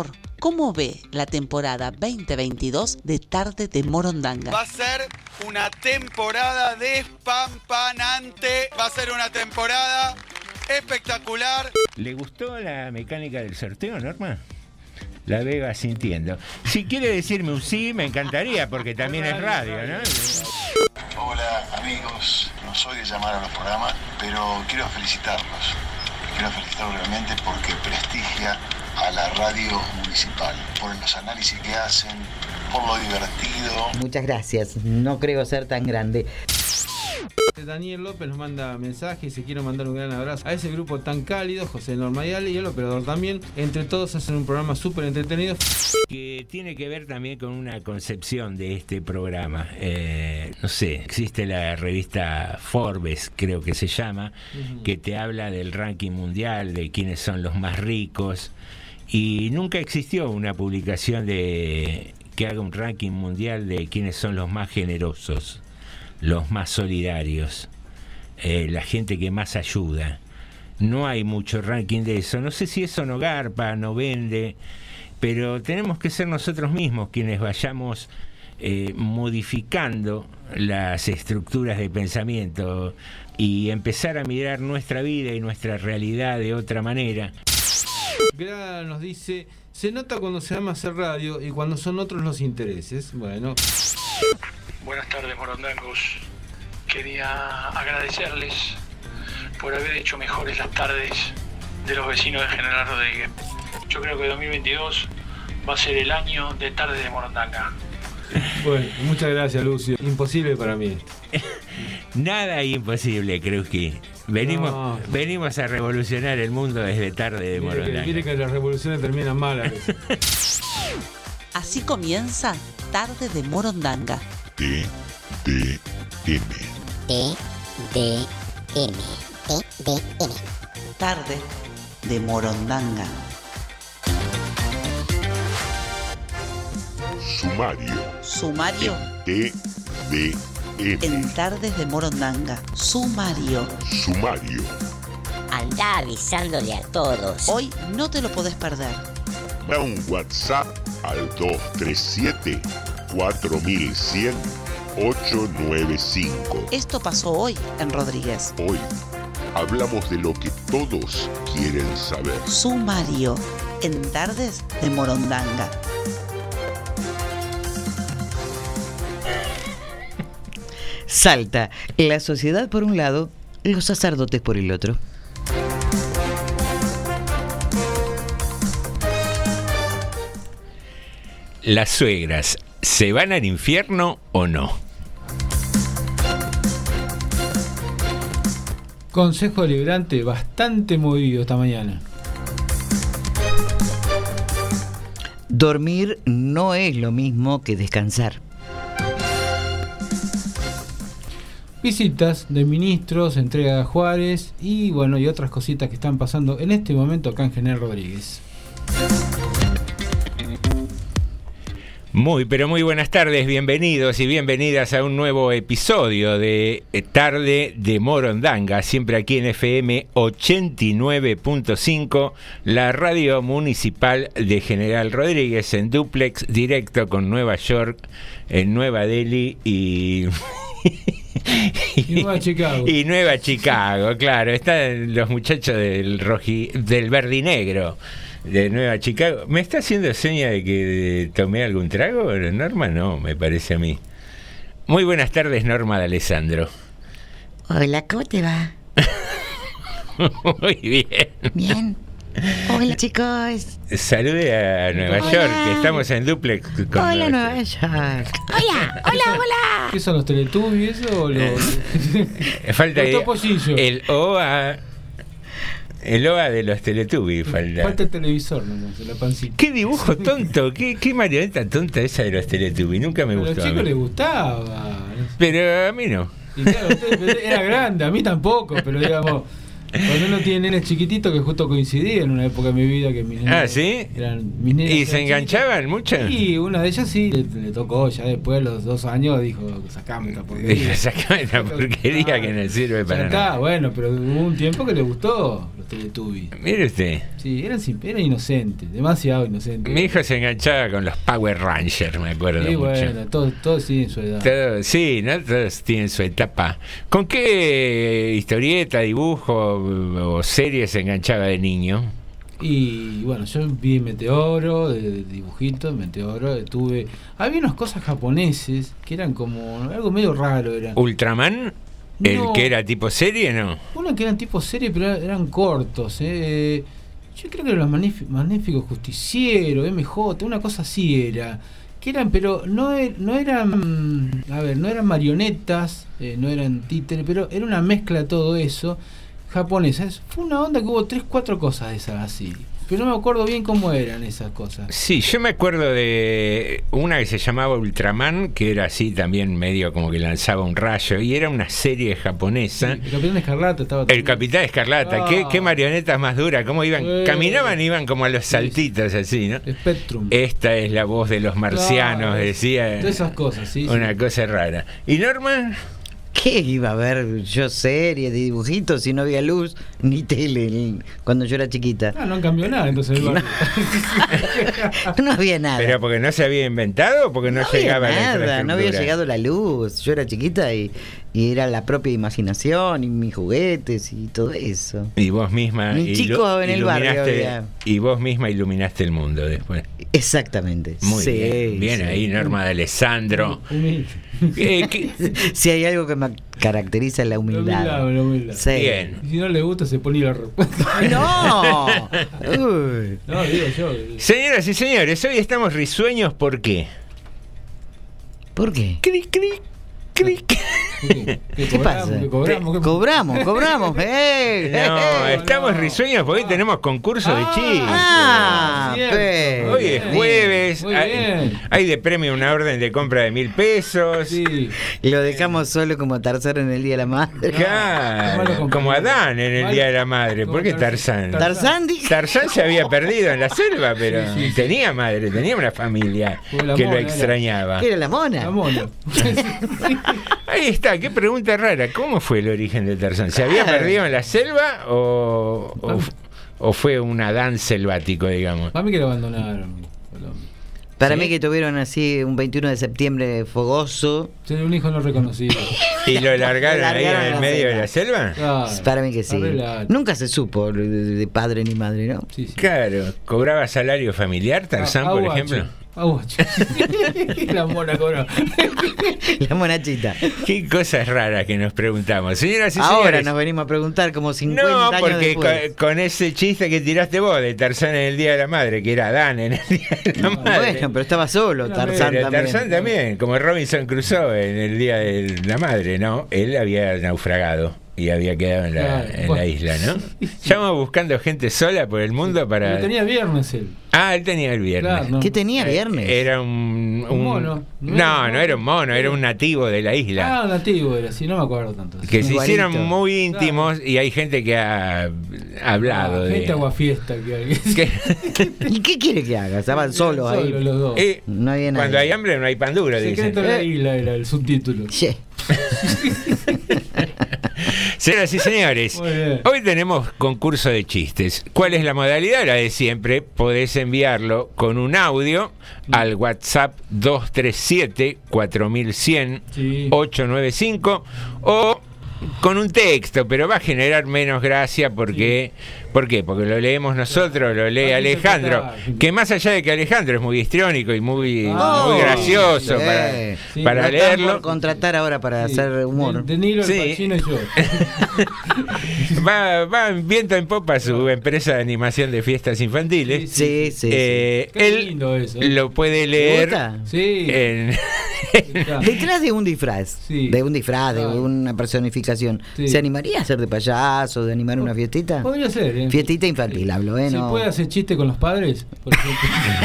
favor, ¿cómo ve la temporada 2022 de Tarde de Morondanga? Va a ser una temporada despampanante, va a ser una temporada espectacular. ¿Le gustó la mecánica del sorteo, Norma? La veo asintiendo. Si quiere decirme un sí, me encantaría, porque también es radio, ¿no? Hola amigos, no soy de llamar a los programas, pero quiero felicitarlos. Quiero felicitarlos realmente porque prestigia a la radio municipal, por los análisis que hacen, por lo divertido. Muchas gracias, no creo ser tan grande. Daniel López nos manda mensajes y quiero mandar un gran abrazo a ese grupo tan cálido, José Norma y Ale y el operador también. Entre todos hacen un programa súper entretenido. Que tiene que ver también con una concepción de este programa. No sé, existe la revista Forbes, creo que se llama, que te habla del ranking mundial, de quiénes son los más ricos. Y nunca existió una publicación que haga un ranking mundial de quiénes son los más generosos, los más solidarios, la gente que más ayuda. No hay mucho ranking de eso. No sé si eso no garpa, no vende, pero tenemos que ser nosotros mismos quienes vayamos modificando las estructuras de pensamiento y empezar a mirar nuestra vida y nuestra realidad de otra manera. Gra nos dice, se nota cuando se ama hacer radio y cuando son otros los intereses. Bueno. Buenas tardes, morondangos. Quería agradecerles por haber hecho mejores las tardes de los vecinos de General Rodríguez. Yo creo que 2022 va a ser el año de Tardes de Morondanga. Bueno, muchas gracias, Lucio. Imposible para mí. Nada imposible, Krusky. Venimos a revolucionar el mundo desde Tarde de Morondanga. Mire que las revoluciones terminan mal a veces. Así comienza Tarde de Morondanga. TDM. Tarde de Morondanga. Sumario. TDM. En Tardes de Morondanga. Sumario. Andá avisándole a todos. Hoy no te lo podés perder. Da un WhatsApp al 237-4100-895. Esto pasó hoy en Rodríguez. Hoy hablamos de lo que todos quieren saber. Sumario. En Tardes de Morondanga. Salta, la sociedad por un lado, los sacerdotes por el otro. ¿Las suegras se van al infierno o no? Consejo Deliberante bastante movido esta mañana. Dormir no es lo mismo que descansar. Visitas de ministros, entrega de Juárez y bueno, y otras cositas que están pasando en este momento acá en General Rodríguez. Muy buenas tardes, bienvenidos y bienvenidas a un nuevo episodio de Tarde de Morondanga, siempre aquí en FM 89.5, la radio municipal de General Rodríguez, en dúplex directo con Nueva York, en Nueva Delhi y Nueva Chicago, claro. Están los muchachos del verde y negro de Nueva Chicago. ¿Me está haciendo seña de que tomé algún trago, Norma? No, me parece a mí. Muy buenas tardes, Norma de Alessandro. Hola, ¿cómo te va? Muy bien. Bien. Hola, chicos. Salude a Nueva York, que estamos en duplex con Hola, Nueva York. Hola. ¿Qué son los Teletubbies eso o los falta los Topollillos? El OA de los Teletubbies falta el televisor nomás, la pancita. Qué dibujo tonto, qué marioneta tonta esa de los Teletubbies. Nunca me gustó. A los chicos les gustaba. Pero a mí no. Y claro, era grande, a mí tampoco, pero digamos, cuando uno tiene nenes chiquititos, que justo coincidía en una época de mi vida que mis nenes ¿sí? mis nenes ¿Y se enganchaban mucho? Sí, una de ellas sí le tocó, ya después de los 2 años dijo, sacame esta porquería. Sacame esta porquería que no sirve para nada. Bueno, pero hubo un tiempo que le gustó los Teletubbies. Mire usted. Sí, eran inocentes, demasiado inocentes. Mi hijo se enganchaba con los Power Rangers, me acuerdo Sí, mucho. bueno, todos tienen su edad. Sí, ¿no? Todos tienen su etapa. ¿Con qué historieta, dibujo o serie se enganchaba de niño? Y bueno, yo vi Meteoro, de dibujitos, Meteoro, había unas cosas japoneses que eran como algo medio raro. ¿Ultraman? ¿El No. que era tipo serie, no? Uno que eran tipo serie, pero eran cortos. Yo creo que eran los Magníficos Justicieros, MJ, una cosa así era. Que eran, pero no eran, no eran marionetas, no eran títeres, pero era una mezcla de todo eso japonesa. Fue una onda que hubo 3-4 cosas de esas así. Pero no me acuerdo bien cómo eran esas cosas. Sí, yo me acuerdo de una que se llamaba Ultraman, que era así también medio como que lanzaba un rayo, y era una serie japonesa. Sí, el Capitán Escarlata estaba El también. Capitán Escarlata, qué marionetas más duras, cómo iban, caminaban, iban como a los saltitos así, ¿no? Spectrum. Esta es la voz de los marcianos, Claro, decía. todas esas cosas, sí. Una cosa rara. ¿Y Norma? ¿Qué iba a ver yo series de dibujitos si no había luz ni tele cuando yo era chiquita? No han cambiado nada, entonces el barrio. No había nada. ¿Pero porque no se había inventado o porque no llegaba había la nada, infraestructura? no había llegado la luz. Yo era chiquita y era la propia imaginación y mis juguetes y todo eso. Y vos misma Un chico en el barrio iluminaste- había. y vos misma iluminaste el mundo después. Exactamente. Muy Sí, bien. Bien sí. ahí, Norma de Alessandro. Humilde. Si hay algo que me caracteriza es la humildad. La humildad. Sí. Bien. Y si no le gusta, se pone la ropa. ¡No! Uy. No, digo yo. Señoras y señores, hoy estamos risueños, ¿por qué? ¿Por qué? Clic, clic, clic. ¿Qué pasa? Cobramos. No, estamos risueños porque hoy tenemos concurso de chistes. Ah, cierto. Hoy es jueves, Muy bien. hay de premio una orden de compra de 1.000 pesos. Sí. Lo dejamos solo como Tarzán en el Día de la Madre. Claro, como Adán en el Día de la Madre. ¿Por qué Tarzán? Tarzán dijo. Tarzán se había perdido en la selva, pero Sí, sí. tenía madre, tenía una familia Fue la que lo mona, era. extrañaba. ¿Qué era la mona? La mona. Ahí está, qué pregunta rara. ¿Cómo fue el origen de Tarzán? ¿Se había perdido en la selva o fue un Adán selvático, digamos? Para mí que lo abandonaron. Para ¿Sí? mí que tuvieron así un 21 de septiembre fogoso. Tiene un hijo no reconocido. ¿Y lo largaron ahí Largaron en en el la medio de selva. la selva? Claro. Para mí que sí. Arregla. Nunca se supo de padre ni madre, ¿no? Sí, sí. Claro, ¿cobraba salario familiar Tarzán, por Aguacho. ejemplo? Aguacho. La mona cobró. La monachita. Qué cosas raras que nos preguntamos. Señoras y Ahora señores. nos venimos a preguntar como 50 No, años porque después. con ese chiste que tiraste vos de Tarzán en el Día de la Madre, que era Adán en el Día de la Madre. Bueno, pero estaba solo, Pero Tarzán Pero también. Tarzán también, como Robinson Crusoe en el Día de la Madre, ¿no? Él había naufragado y había quedado en Claro, la bueno. isla, ¿no? Ya vamos buscando gente sola por el mundo para... Pero tenía viernes él. Ah, él tenía el viernes. Claro, no. ¿Qué tenía viernes? Era un mono. No, no era un mono, era un nativo de la isla. Ah, nativo era, sí, no me acuerdo tanto. Que se igualito. hicieron muy íntimos y hay gente que ha hablado de... Gente aguafiesta que hay. que- ¿Y qué quiere que haga? Estaban solos ahí. Solo los dos. No había nadie. cuando hay hambre no hay pan duro, dicen. Secreto de la isla era el subtítulo. Che. Señoras y señores, Muy bien. hoy tenemos concurso de chistes. ¿Cuál es la modalidad? La de siempre. Podés enviarlo con un audio al WhatsApp 237-4100-895 Sí. o con un texto, pero va a generar menos gracia porque... ¿Por qué? Porque lo leemos nosotros, lo lee Hay que Alejandro, interpretar. que más allá de que Alejandro es muy histriónico y muy Ah, gracioso sí. Sí. para Lo están leerlo, por contratar ahora para Sí. hacer humor. De Niro, Sí. el Pacino y yo. va en viento en popa su empresa de animación de fiestas infantiles. Sí, sí. Qué Él lindo eso. lo puede ¿Te leer gusta? Sí. en... Detrás de un disfraz, Sí. de un disfraz, de Claro. una personificación, Sí. ¿se animaría a hacer de payaso, de animar una fiestita? Podría ser, ¿eh? Fiestita infantil, hablo, ¿eh? ¿Se No. puede hacer chiste con los padres? Por ejemplo.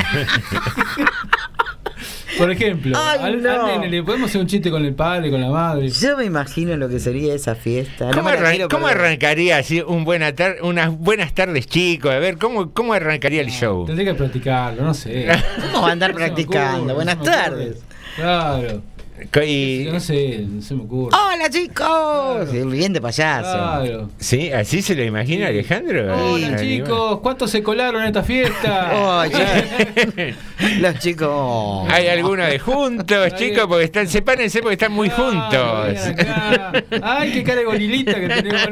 Por ejemplo, Ay, al no. nene le podemos hacer un chiste con el padre, con la madre. Yo me imagino lo que sería esa fiesta. No ¿Cómo, me la quiero cómo perder. arrancaría así unas buenas tardes, chicos? A ver, ¿cómo arrancaría el show? Tendré que practicarlo, no sé. ¿Cómo va a andar No se me practicando? ocurre, Buenas no se me ocurre. tardes. Claro. Y, No sé, no se me ocurre. ¡Hola, chicos! Claro. Bien de payaso. Claro. ¿sí? ¿Así se lo imagina Alejandro? Hola, chicos, ¿cuántos se colaron en esta fiesta? Oye, los chicos. Hay algunos de juntos, chicos, porque sepárense porque están muy juntos. Vengan acá. Ay, qué cara de gorilita que tenemos.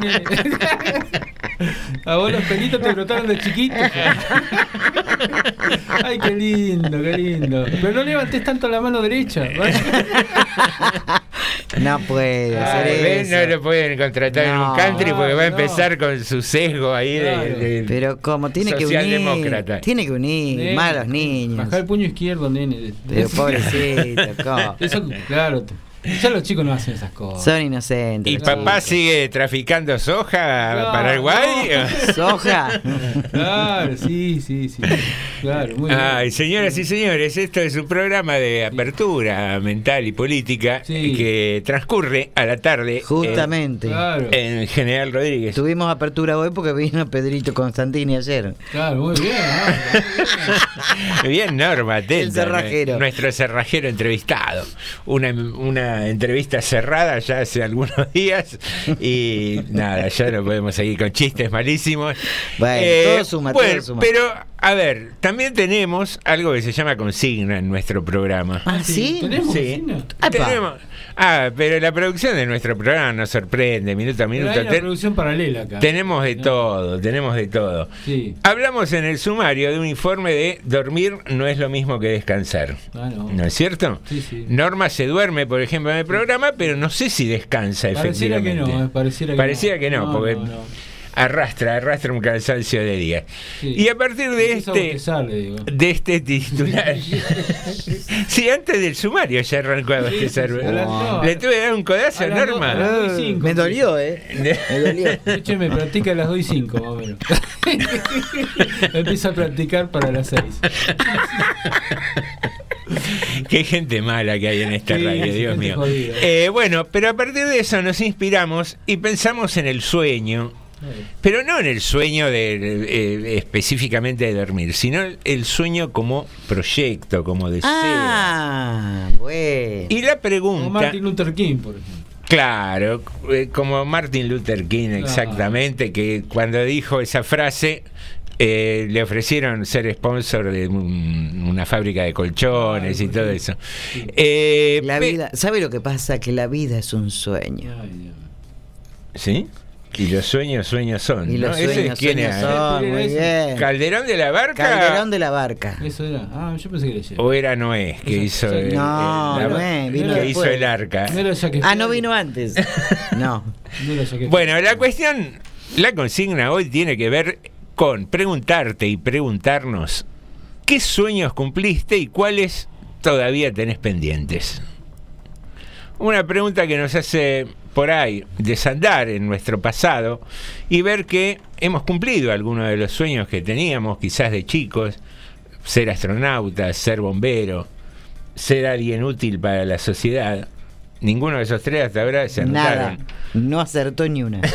A vos los pelitos te brotaron de chiquito. Ay, qué lindo, qué lindo. Pero no levantes tanto la mano derecha. No puede hacer eso. No lo pueden contratar en un country porque va a empezar con su sesgo ahí de Pero como tiene que socialdemócrata. unir. Tiene que unir. Nene, Malos niños. Bajar el puño izquierdo, nene. Pero pobrecito, ¿cómo? Eso, claro. Ya los chicos no hacen esas cosas. Son inocentes. ¿Y los papá chicos. sigue traficando soja No, Paraguay? ¿Soja? Claro, sí. Claro, muy bien. Ay, señoras y señores, esto es un programa de apertura mental y política que transcurre a la tarde Justamente. Claro. en General Rodríguez. Tuvimos apertura hoy porque vino Pedrito Constantini ayer. Claro, muy bien. Bien, Norma, atenta. El cerrajero. Nuestro cerrajero entrevistado. Una entrevista cerrada ya hace algunos días y nada, ya no podemos seguir con chistes malísimos. Bueno, todo suma, todo suma. Pero, a ver, también tenemos algo que se llama consigna en nuestro programa. ¿Ah, sí? ¿Tenemos Sí. cocina? Tenemos. Pero la producción de nuestro programa nos sorprende minuto a Pero minuto. hay una producción paralela acá. Tenemos de todo, tenemos de todo. Sí. Hablamos en el sumario de un informe de dormir no es lo mismo que descansar. No. ¿No es cierto? Sí. Norma se duerme, por ejemplo, en el programa, pero no sé si descansa Pareciera que efectivamente. no, pareciera que no. Porque No. arrastra un cansancio de día. Sí. Y a partir de Empieza a bostezar, le digo. de este titular. Sí, antes del sumario ya arrancó a bostezar. No. Le tuve que dar un codazo a las Norma. 2:05. Me dolió, Me dolió. Escuche, me practica a las 2:05 más o menos. Empieza a practicar para las 6. Qué gente mala que hay en esta Sí, radio, sí, Dios gente mío. jodida. Bueno, pero a partir de eso nos inspiramos y pensamos en el sueño, pero no en el sueño de específicamente de dormir, sino el sueño como proyecto, como deseo. Bueno. Y la pregunta... Como Martin Luther King, por ejemplo. Claro, como Martin Luther King, exactamente, que cuando dijo esa frase... le ofrecieron ser sponsor de una fábrica de colchones y todo eso. La vida, ¿sabe lo que pasa? Que la vida es un sueño. ¿Sí? Y los sueños son. Y los ¿no? ¿Ese sueños, quién sueños es? son, muy bien. ¿Calderón de la Barca? Calderón de la Barca. Eso era. Yo pensé que era ella. ¿O era Noé que hizo Noé, vino que hizo después. el arca? No era Jacques No vino antes. No. No era Jacques Bueno, la cuestión, la consigna hoy tiene que ver con preguntarte y preguntarnos qué sueños cumpliste y cuáles todavía tenés pendientes. Una pregunta que nos hace por ahí desandar en nuestro pasado y ver que hemos cumplido algunos de los sueños que teníamos quizás de chicos: ser astronauta, ser bombero, ser alguien útil para la sociedad. Ninguno de esos tres hasta ahora se anotaron. Nada. No acertó ni una.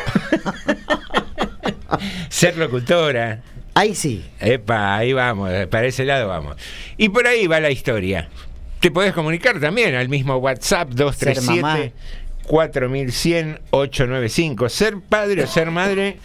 Ser locutora. Ahí sí. Epa, ahí vamos, para ese lado vamos. Y por ahí va la historia. Te podés comunicar también al mismo WhatsApp 237-4100-895. Ser padre o ser madre.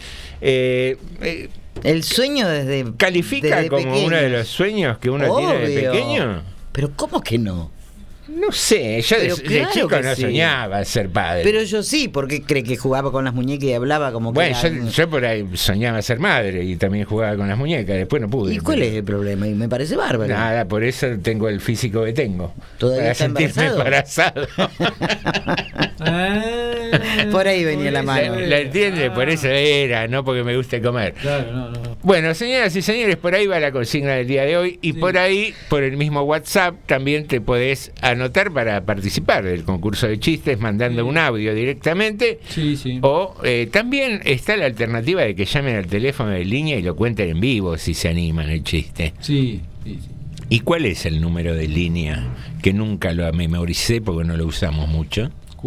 El sueño desde. ¿Califica desde como pequeño. uno de los sueños que uno tiene de Obvio. pequeño? Pero ¿cómo que no? No sé, yo Pero de claro chico que no sí. soñaba ser padre. Pero yo sí, porque cree que jugaba con las muñecas y hablaba como que. Bueno, era- yo por ahí soñaba ser madre y también jugaba con las muñecas, después no pude. ¿Y cuál es el problema? Y me parece bárbaro. Nada, por eso tengo el físico que tengo. ¿Todavía para está sentirme embarazado. Por ahí venía la mano. ¿La entiende? Por eso era, no porque me guste comer. Claro, no. Bueno, señoras y señores, por ahí va la consigna del día de hoy y por ahí, por el mismo WhatsApp, también te podés anotar para participar del concurso de chistes mandando un audio directamente. Sí. O también está la alternativa de que llamen al teléfono de línea y lo cuenten en vivo si se animan el chiste. Sí. ¿Y cuál es el número de línea? Que nunca lo memoricé porque no lo usamos mucho.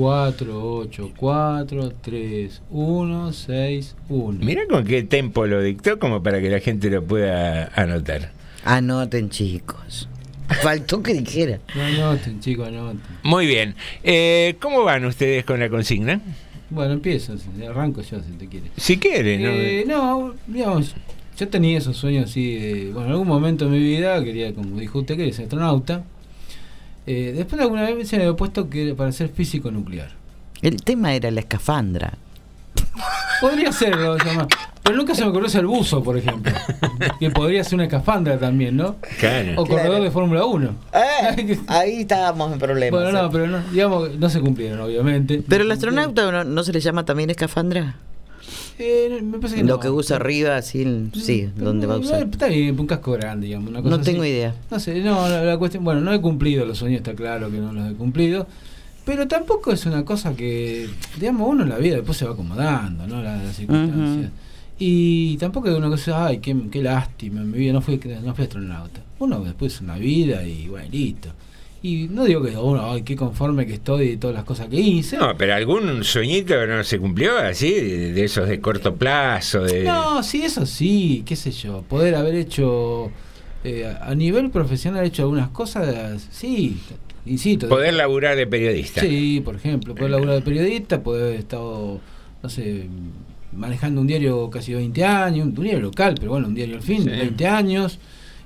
4-8-4-3-1-6-1. Mirá con qué tempo lo dictó como para que la gente lo pueda anotar. Anoten, chicos. Faltó que dijera. No anoten, chicos, anoten. Muy bien. ¿Cómo van ustedes con la consigna? Bueno, empiezo, arranco yo si te quieres. Si quieren, ¿no? Digamos, yo tenía esos sueños así de, bueno, en algún momento de mi vida quería, como dijo usted, quería ser astronauta. Después alguna vez se me había puesto que para ser físico nuclear. El tema era la escafandra. Podría serlo, pero nunca se me ocurrió ser buzo, por ejemplo. Que podría ser una escafandra también, ¿no? Claro. O corredor de Fórmula 1. Ahí estábamos en problemas. Bueno, no, pero no, digamos, no se cumplieron, obviamente. ¿Pero el astronauta no se le llama también escafandra? Me parece que lo no. que usa arriba, sí, donde va a usar. Está bien, un casco grande, digamos. Una cosa no tengo así. idea. No sé, no, la cuestión, bueno, no he cumplido los sueños, está claro que no los he cumplido. Pero tampoco es una cosa que, digamos, uno en la vida después se va acomodando, ¿no? Las circunstancias. Y tampoco es una cosa, ay, qué lástima, en mi vida no fui astronauta. Uno después una vida y bueno, listo. Y no digo que uno, ay, qué conforme que estoy de todas las cosas que hice. No, pero algún sueñito no se cumplió, así, de esos de corto plazo. No, sí, eso sí, qué sé yo. Poder haber hecho, a nivel profesional, hecho algunas cosas, sí, insisto. Poder laburar de periodista. Sí, por ejemplo, poder laburar de periodista, poder haber estado, no sé, manejando un diario casi 20 años, un diario local, pero bueno, un diario al fin, sí. 20 años.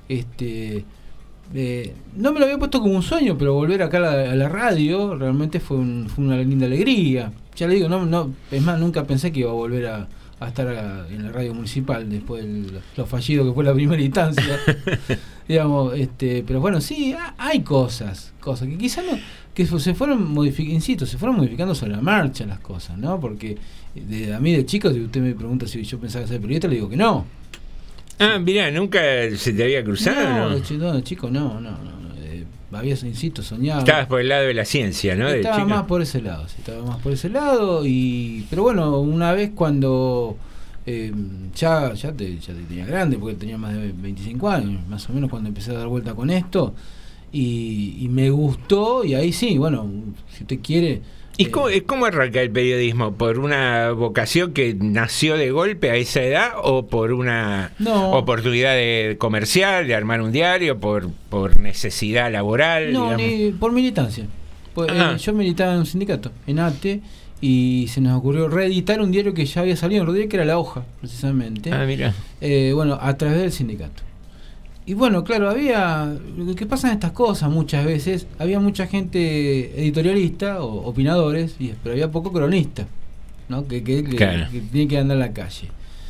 No me lo había puesto como un sueño, pero volver acá a la radio realmente fue una linda alegría. Ya le digo, no, es más, nunca pensé que iba a volver a estar en la radio municipal después de lo fallido que fue la primera instancia. Digamos, pero bueno, sí, hay cosas que quizás no, que se fueron modificando sobre la marcha las cosas, ¿no? Porque a mí de chico, si usted me pregunta si yo pensaba ser periodista, le digo que no. Ah, mirá, ¿nunca se te había cruzado? No, de chico no. Había, insisto, soñado. Estabas por el lado de la ciencia, ¿no? Estaba más por ese lado, pero bueno, una vez cuando ya te tenía grande, porque tenía más de 25 años, más o menos, cuando empecé a dar vuelta con esto, y me gustó, y ahí sí, bueno, si usted quiere... ¿Y cómo arranca el periodismo? ¿Por una vocación que nació de golpe a esa edad o por una oportunidad comercial, de armar un diario, por necesidad laboral? No, digamos? ni por militancia. Yo militaba en un sindicato, en ATE, y se nos ocurrió reeditar un diario que ya había salido en Rodríguez, que era La Hoja, precisamente. Ah, mira. Bueno, a través del sindicato. Y bueno, claro, lo que pasan estas cosas muchas veces, había mucha gente editorialista o opinadores, pero había poco cronista, ¿no? Que tiene que andar en la calle.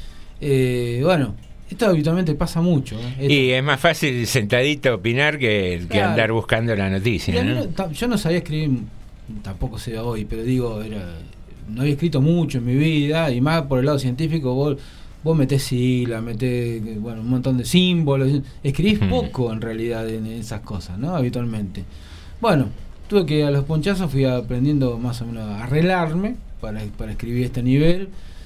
Bueno, esto habitualmente pasa mucho. Y es más fácil sentadito opinar que andar buscando la noticia, ¿no? Yo no sabía escribir, tampoco sé hoy, pero digo, no había escrito mucho en mi vida, y más por el lado científico, vos metés siglas, un montón de símbolos, escribís poco en realidad en esas cosas, ¿no? Habitualmente. Bueno, tuve que a los ponchazos fui aprendiendo más o menos a arreglarme para escribir este nivel,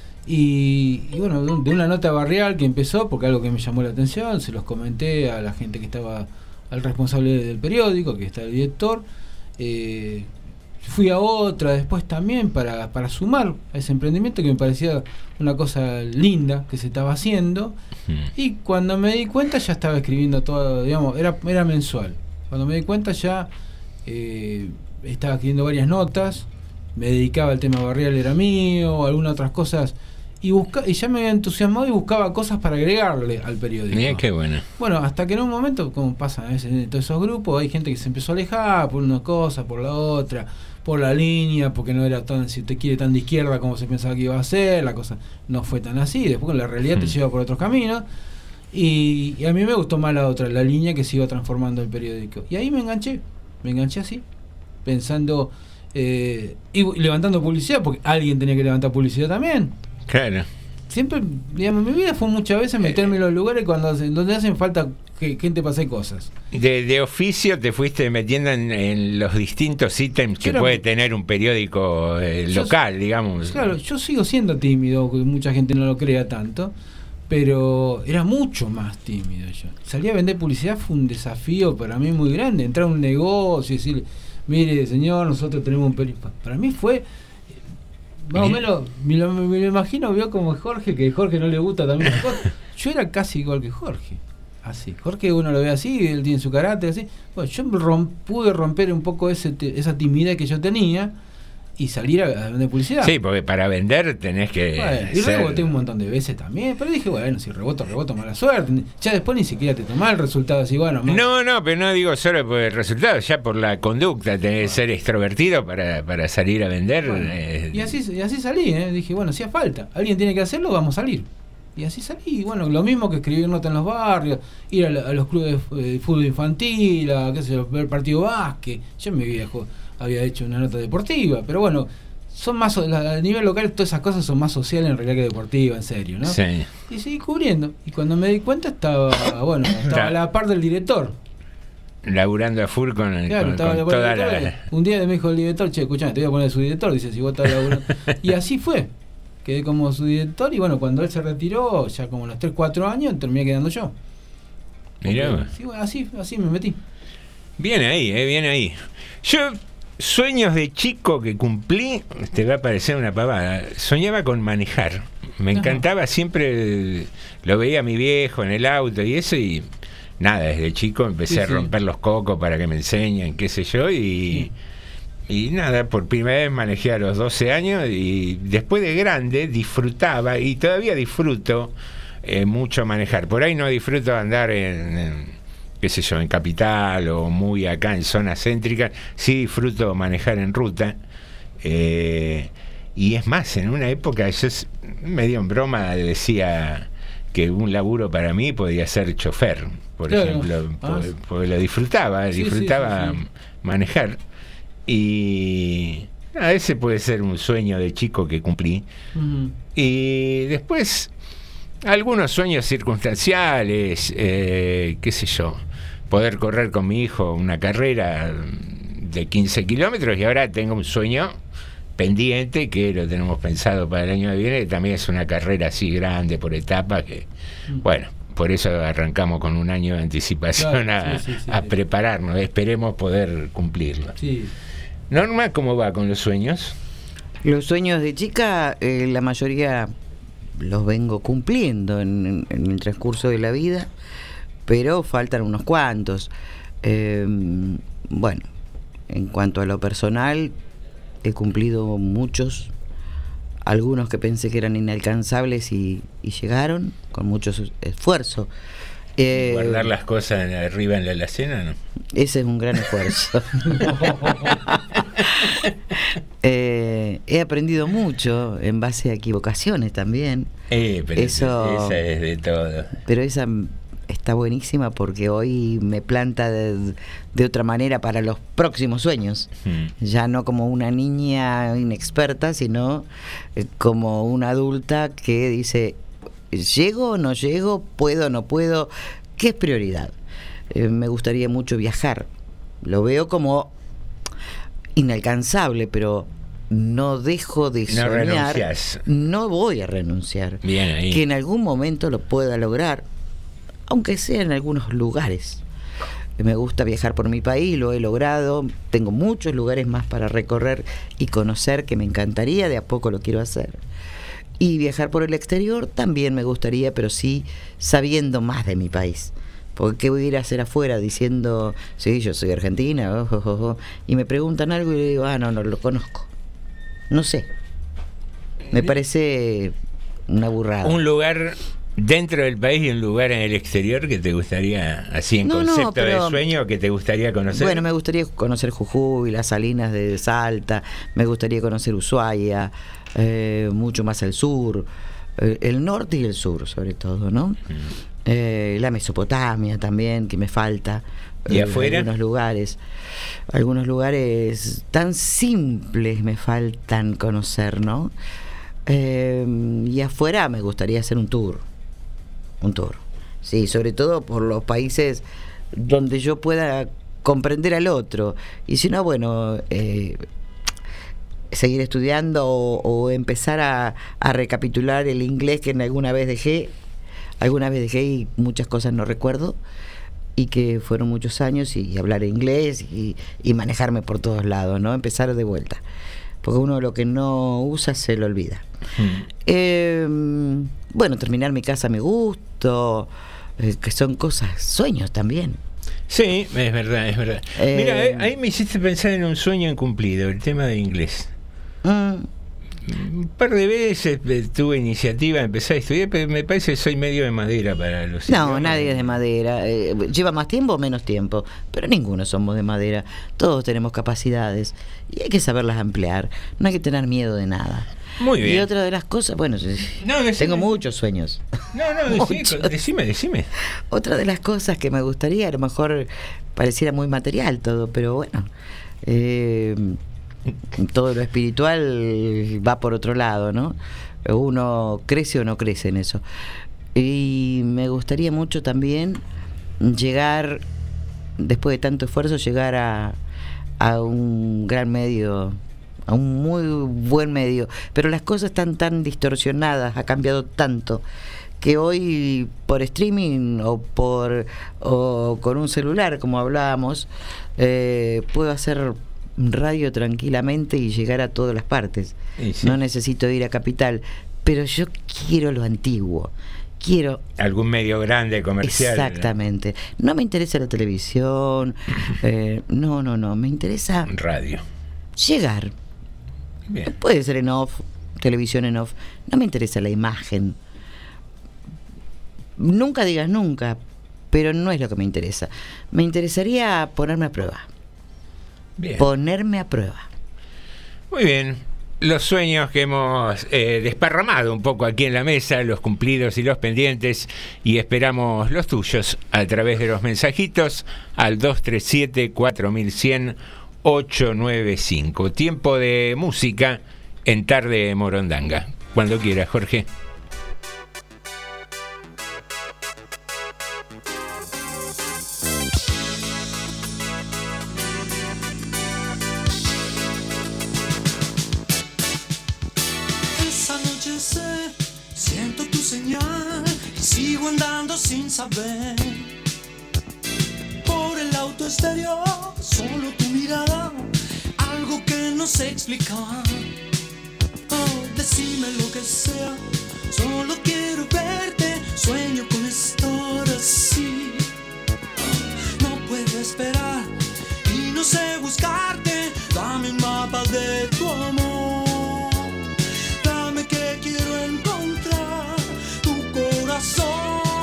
y bueno, de una nota barrial que empezó, porque algo que me llamó la atención, se los comenté a la gente que estaba, al responsable del periódico, que está el director, fui a otra después también para sumar a ese emprendimiento que me parecía una cosa linda que se estaba haciendo, y cuando me di cuenta ya estaba escribiendo todo, digamos, era mensual. Cuando me di cuenta ya estaba escribiendo varias notas, me dedicaba al tema barrial, era mío, algunas otras cosas, y ya me había entusiasmado y buscaba cosas para agregarle al periódico. Mira qué bueno. Bueno, hasta que en un momento, como pasa a veces en todos esos grupos, hay gente que se empezó a alejar por una cosa, por la otra, por la línea, porque no era tan, si usted quiere, tan de izquierda como se pensaba que iba a ser, la cosa no fue tan así, después la realidad te lleva por otros caminos, y a mí me gustó más la otra, la línea que se iba transformando el periódico, y ahí me enganché así, pensando y levantando publicidad, porque alguien tenía que levantar publicidad también. Claro. Siempre, digamos, mi vida fue muchas veces meterme en los lugares donde hacen falta gente para hacer cosas. De oficio te fuiste metiendo en los distintos ítems que puede tener un periódico local, digamos. Claro, yo sigo siendo tímido, que mucha gente no lo crea tanto, pero era mucho más tímido yo. Salir a vender publicidad fue un desafío para mí muy grande, entrar a un negocio y decirle, mire señor, nosotros tenemos un periódico. Para mí fue... Más o menos, me lo imagino, vio como Jorge, que a Jorge no le gusta también las cosas. Yo era casi igual que Jorge. así. Jorge uno lo ve así, él tiene su carácter así. Bueno, yo pude romper un poco esa timidez que yo tenía y salir a vender publicidad. Sí, porque para vender tenés que... Bueno, y reboté un montón de veces también, pero dije, bueno, si reboto, mala suerte. Ya después ni siquiera te tomás el resultado así, bueno. No, pero no digo solo por el resultado, ya por la conducta, tenés que ser extrovertido para salir a vender. Bueno, y así salí, dije, bueno, hacía falta, alguien tiene que hacerlo, vamos a salir. Y así salí, y bueno, lo mismo que escribir notas en los barrios, ir a los clubes de fútbol infantil, qué sé yo, ver partido básquet. Yo en mi viejo había hecho una nota deportiva, pero bueno, son más a nivel local, todas esas cosas son más sociales en realidad que deportivas, en serio, ¿no? Sí. Y seguí cubriendo, y cuando me di cuenta estaba a la par del director. Laburando a full con toda la... Un día me dijo el director, che, escuchame, te voy a poner su director, dice, si vos estás laburando. Y así fue. Quedé como su director y bueno, cuando él se retiró, ya como los 3-4 años, terminé quedando yo. Mirá. Sí, bueno, así me metí. Bien ahí, bien ahí. Yo, sueños de chico que cumplí, te va a parecer una pavada. Soñaba con manejar. Me encantaba, siempre lo veía a mi viejo en el auto y eso, y nada, desde chico empecé a romper los cocos para que me enseñen, qué sé yo, y nada, por primera vez manejé a los 12 años y después de grande disfrutaba y todavía disfruto mucho manejar. Por ahí no disfruto andar en qué sé yo, en capital o muy acá en zonas céntricas. Sí disfruto manejar en ruta. Y es más, en una época yo medio en broma decía que un laburo para mí podía ser chofer, por ejemplo, porque lo disfrutaba manejar. Y ese puede ser un sueño de chico que cumplí. Y después algunos sueños circunstanciales, qué sé yo, poder correr con mi hijo una carrera de 15 kilómetros, y ahora tengo un sueño pendiente que lo tenemos pensado para el año que viene, que también es una carrera así grande por etapas, que bueno, por eso arrancamos con un año de anticipación a prepararnos. Esperemos poder cumplirlo. Norma, ¿cómo va con los sueños? Los sueños de chica, la mayoría los vengo cumpliendo en el transcurso de la vida, pero faltan unos cuantos. Bueno, en cuanto a lo personal, he cumplido muchos, algunos que pensé que eran inalcanzables y llegaron con mucho esfuerzo. ¿Guardar las cosas arriba en la alacena, no? Ese es un gran esfuerzo. He aprendido mucho en base a equivocaciones también. Pero esa es de todo. Pero esa está buenísima porque hoy me planta de otra manera para los próximos sueños. Ya no como una niña inexperta, sino como una adulta que dice: ¿llego o no llego? ¿Puedo o no puedo? ¿Qué es prioridad? Me gustaría mucho viajar. Lo veo como inalcanzable, pero no dejo de soñar. No renuncias. No voy a renunciar. Bien ahí. Que en algún momento lo pueda lograr, aunque sea en algunos lugares. Me gusta viajar por mi país, lo he logrado. Tengo muchos lugares más para recorrer y conocer que me encantaría, de a poco lo quiero hacer. Y viajar por el exterior también me gustaría, pero sí sabiendo más de mi país. Porque ¿qué voy a ir a hacer afuera diciendo, sí, yo soy argentina, y me preguntan algo y le digo, no lo conozco? No sé. Me parece una burrada. Un lugar dentro del país y un lugar en el exterior que te gustaría, así en concepto de sueño, que te gustaría conocer. Bueno, me gustaría conocer Jujuy, las Salinas de Salta, me gustaría conocer Ushuaia, mucho más al sur, el norte y el sur sobre todo, ¿no? La Mesopotamia también, que me falta. ¿Y afuera? Algunos lugares tan simples me faltan conocer, ¿no? Y afuera me gustaría hacer un tour. Sí, sobre todo por los países donde yo pueda comprender al otro. Y si no, bueno, seguir estudiando o empezar a recapitular el inglés que alguna vez dejé y muchas cosas no recuerdo, y que fueron muchos años, y hablar inglés y manejarme por todos lados, ¿no? Empezar de vuelta, porque uno lo que no usa se lo olvida. Bueno, terminar mi casa me gusto, que son cosas, sueños también. Sí, es verdad, es verdad. Mira, ahí me hiciste pensar en un sueño incumplido, el tema de inglés. Un par de veces tuve iniciativa, empecé a estudiar, pero me parece que soy medio de madera para los idiomas. No, nadie es de madera. Lleva más tiempo o menos tiempo, pero ninguno somos de madera. Todos tenemos capacidades y hay que saberlas emplear. No hay que tener miedo de nada. Muy bien. Y otra de las cosas, bueno, tengo muchos sueños. No, decime. Otra de las cosas que me gustaría, a lo mejor pareciera muy material todo, pero bueno, todo lo espiritual va por otro lado, ¿no? Uno crece o no crece en eso. Y me gustaría mucho también llegar, después de tanto esfuerzo, llegar a un gran medio, a un muy buen medio. Pero las cosas están tan distorsionadas, ha cambiado tanto, que hoy por streaming o con un celular, como hablábamos, puedo hacer radio tranquilamente y llegar a todas las partes. Sí. No necesito ir a Capital, pero yo quiero lo antiguo. Quiero algún medio grande comercial. Exactamente. No me interesa la televisión. No. Me interesa radio. Llegar. Bien. Puede ser en off, televisión en off. No me interesa la imagen. Nunca digas nunca, pero no es lo que me interesa. Me interesaría ponerme a prueba. Bien. Ponerme a prueba. Muy bien. Los sueños que hemos desparramado un poco aquí en la mesa, los cumplidos y los pendientes, y esperamos los tuyos a través de los mensajitos al 237-4100-895. Tiempo de música en Tarde Morondanga. Cuando quieras, Jorge. Andando sin saber por el auto exterior, solo tu mirada, algo que no sé explicar. Oh, decime lo que sea, solo quiero verte, sueño con estar así. No puedo esperar y no sé buscarte, dame un mapa de tu amor, dame que quiero encontrar tu corazón.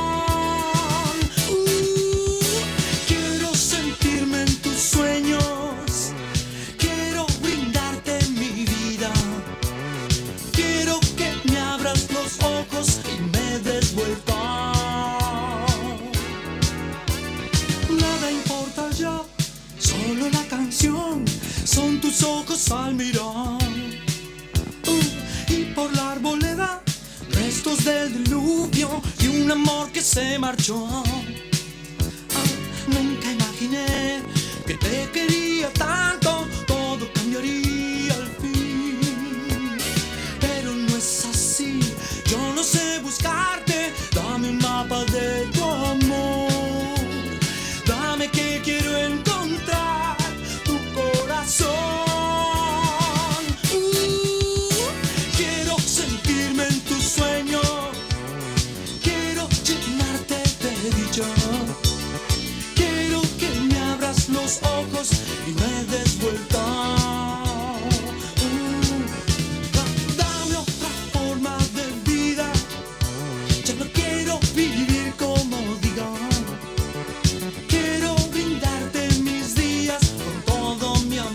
Son tus ojos al mirar y por la arboleda restos del diluvio y un amor que se marchó. Nunca imaginé que te quería tanto, todo cambiaría al fin, pero no es así. Yo no sé buscarte, dame un mapa de tu amor, dame que quiero encontrar tu corazón. Quiero sentirme en tus sueños, quiero llenarte de dicha, quiero que me abras los ojos y me des vuelta. Dame otra forma de vida, ya no quiero vivir como digan. Quiero brindarte mis días con todo mi amor.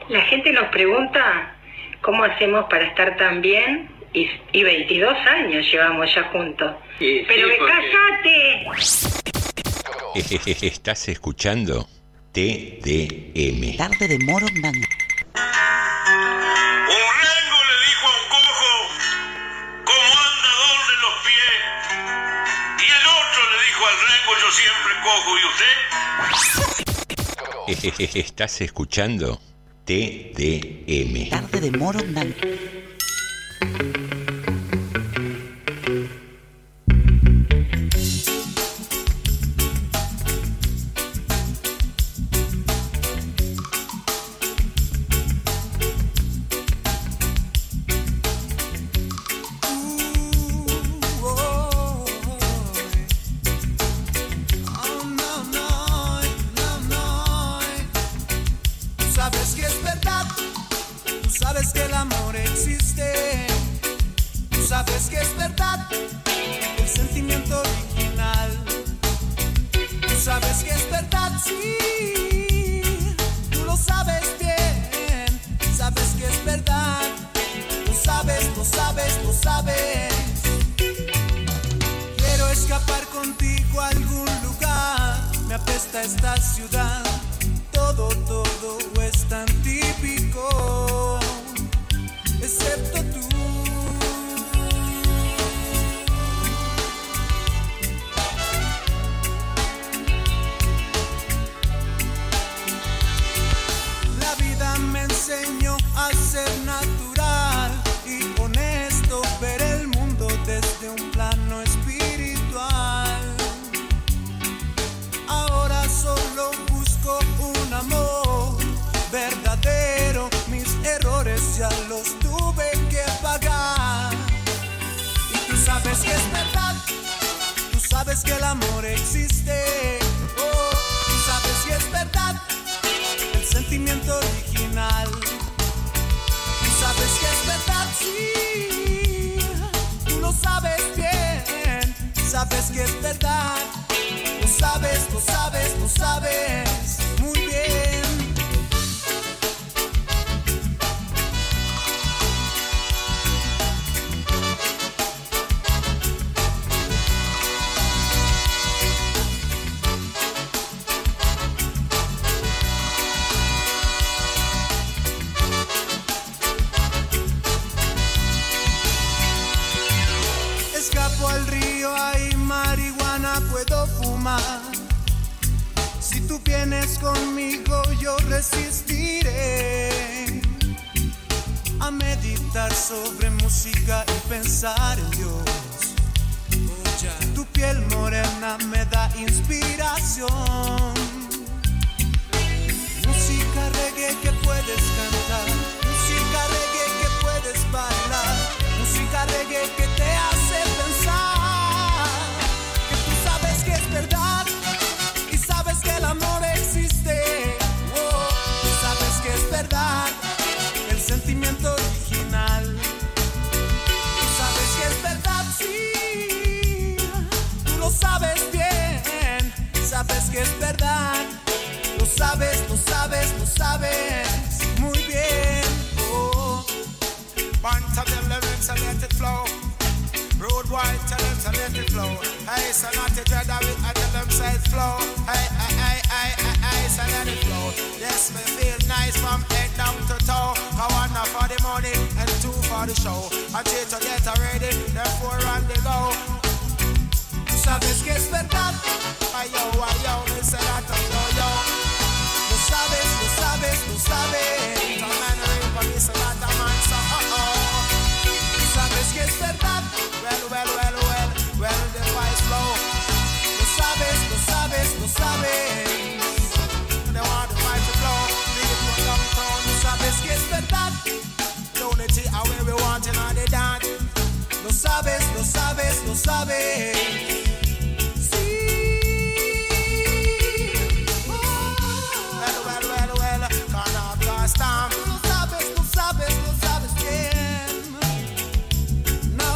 La gente nos pregunta cómo hacemos para estar tan bien y 22 años llevamos ya juntos. Sí, pero sí, cállate. Estás escuchando TDM. Tarde de Morondanga. Un rengo le dijo a un cojo cómo anda, dónde los pies. Y el otro le dijo al rengo, yo siempre cojo. ¿Y usted? Estás escuchando TDM. Tarde de Morondanga. Esta ciudad, todo es tan típico, excepto tú. La vida me enseñó a ser natural y honesto, ver el mundo desde un plano espiritual. Solo busco un amor verdadero, mis errores ya los tuve que pagar. Y tú sabes que es verdad, tú sabes que el amor existe. Oh, tú sabes que es verdad, el sentimiento original. Tú sabes que es verdad, sí, tú lo sabes bien, sabes que es verdad. Lo sabes, lo sabes, lo sabes muy bien. Escapo al río, hay marihuana, puedo fumar. Si tú vienes conmigo, yo resistiré a meditar sobre música y pensar en Dios. Tu piel morena me da inspiración. Música reggae que puedes cantar, música reggae que puedes bailar, música reggae que te hace pensar que tú sabes que es verdad y sabes que el amor existe. Oh, tú sabes que es verdad, el sentimiento original. Tú sabes que es verdad, sí, tú lo sabes bien, sabes que es verdad. Lo sabes, lo sabes, lo sabes muy bien. Oh. Bunch of them lyrics and let it flow. Road wide, tell them to let it flow. Hey, so not to dread of it, I tell them say it flow. Hey, so let it flow. Yes, me feel nice from head down to toe. I want one for the money and two for the show. I three to get ready, then four on the go. Tú sabes que es verdad. Ayo, me say that yo. Lo sabes, lo sabes, lo sabes. Some man ring for me, say that a man, so Tú sabes que es verdad. Well, the voice flow. Lo sabes, lo sabes, lo sabes. They want the voice to flow. People downtown. Tú sabes que es verdad. Unity are where we want in all the dance. Lo sabes, lo sabes, lo sabes. Stamp. Lo sabes, lo sabes, lo sabes bien. No.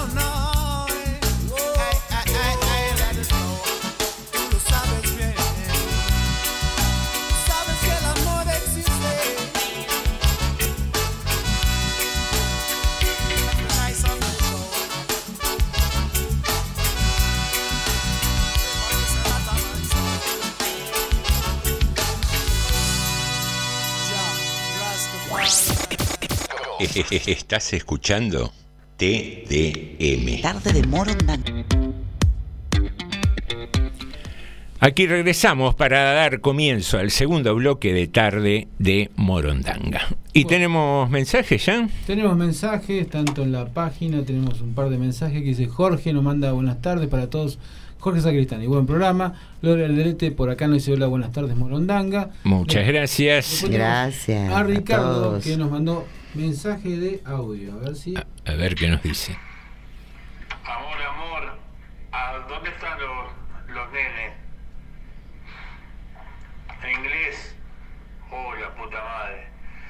Hey, let it flow. Tú lo sabes bien. Sabes que el amor existe. Estás escuchando TDM. Tarde de Morondanga. Aquí regresamos para dar comienzo al segundo bloque de Tarde de Morondanga. ¿Y tenemos mensajes ya? Tenemos mensajes, tanto en la página, tenemos un par de mensajes que dice Jorge, nos manda buenas tardes para todos. Jorge Sacristani, buen programa. Gloria Alderete por acá nos dice hola, buenas tardes Morondanga. Muchas gracias. Gracias. A Ricardo, todos. que nos mandó mensaje de audio. A ver si... A ver qué nos dice. Amor, ¿dónde están los nenes? En inglés. Oh, la puta madre.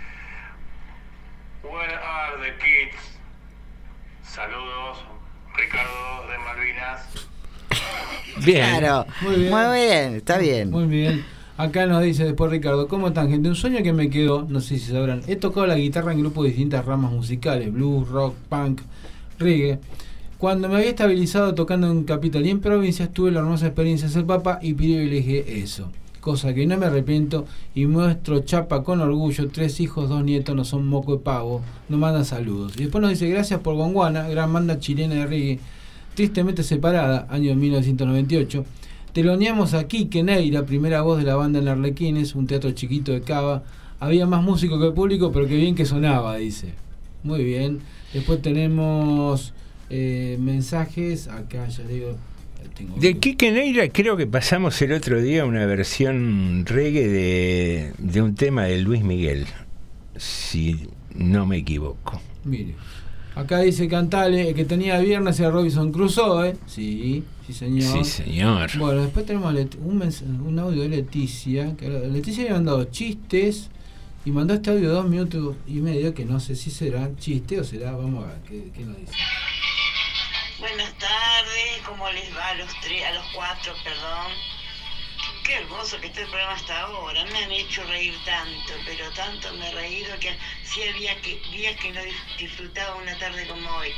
Where are the kids? Saludos, Ricardo de Malvinas. Bien. Claro, muy bien, está bien. Muy bien. Acá nos dice después Ricardo, ¿cómo están, gente? Un sueño que me quedó, no sé si sabrán. He tocado la guitarra en grupos de distintas ramas musicales, blues, rock, punk, reggae. Cuando me había estabilizado tocando en Capital y en provincias, tuve la hermosa experiencia de ser papá y privilegié eso. Cosa que no me arrepiento y muestro chapa con orgullo. 3 hijos, 2 nietos, no son moco de pavo. Nos mandan saludos. Y después nos dice, gracias por Gonguana, gran banda chilena de reggae, tristemente separada, año 1998. Teloneamos a Quique Neira, primera voz de la banda en Arlequines, un teatro chiquito de Cava. Había más músico que público, pero qué bien que sonaba, dice. Muy bien. Después tenemos mensajes. Acá ya digo... De Quique Neira creo que pasamos el otro día una versión reggae de un tema de Luis Miguel, si no me equivoco. Mire, acá dice Cantale que tenía viernes a Robinson Crusoe. Sí, sí señor. Sí señor. Bueno, después tenemos un audio de Leticia. Que Leticia me ha mandado chistes y mandó este audio de 2 minutos y medio, que no sé si será chiste o será, vamos a ver qué nos dice. Buenas tardes, ¿cómo les va a los 4, perdón? Qué hermoso que está el programa hasta ahora, me han hecho reír tanto, pero tanto me he reído que sí había días que no disfrutaba una tarde como hoy.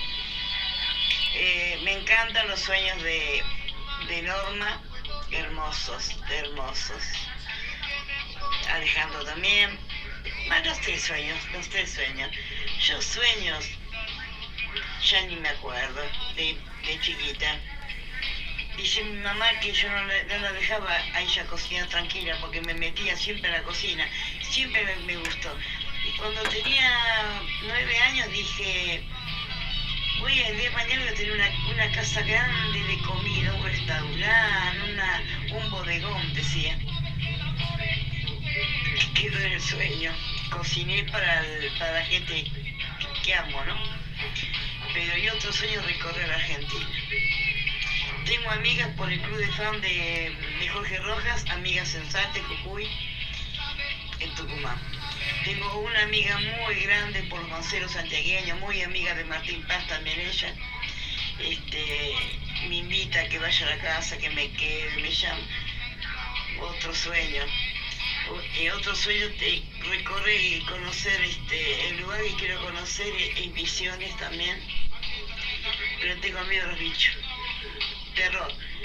Me encantan los sueños de Norma, hermosos, hermosos. Alejandro también. Bueno, los tres sueños. Yo sueños... ya ni me acuerdo, de chiquita. Dice mi mamá que yo no la dejaba a ella cocinar tranquila porque me metía siempre en la cocina, siempre me gustó. Y cuando tenía 9 años dije, el día de mañana voy a tener una casa grande de comida, un restaurante, un bodegón, decía. Quedó en el sueño, cociné para la gente que amo, ¿no? Pero yo otro sueño recorrer Argentina. Tengo amigas por el club de fan de Jorge Rojas, amigas en Salta, Jujuy, en Tucumán. Tengo una amiga muy grande por los manceros santiagueños, muy amiga de Martín Paz también ella. Me invita a que vaya a la casa, que me quede, me llama. Otro sueño. Otro sueño de recorrer y conocer el lugar que quiero conocer en Misiones también, pero tengo miedo a los bichos, terror.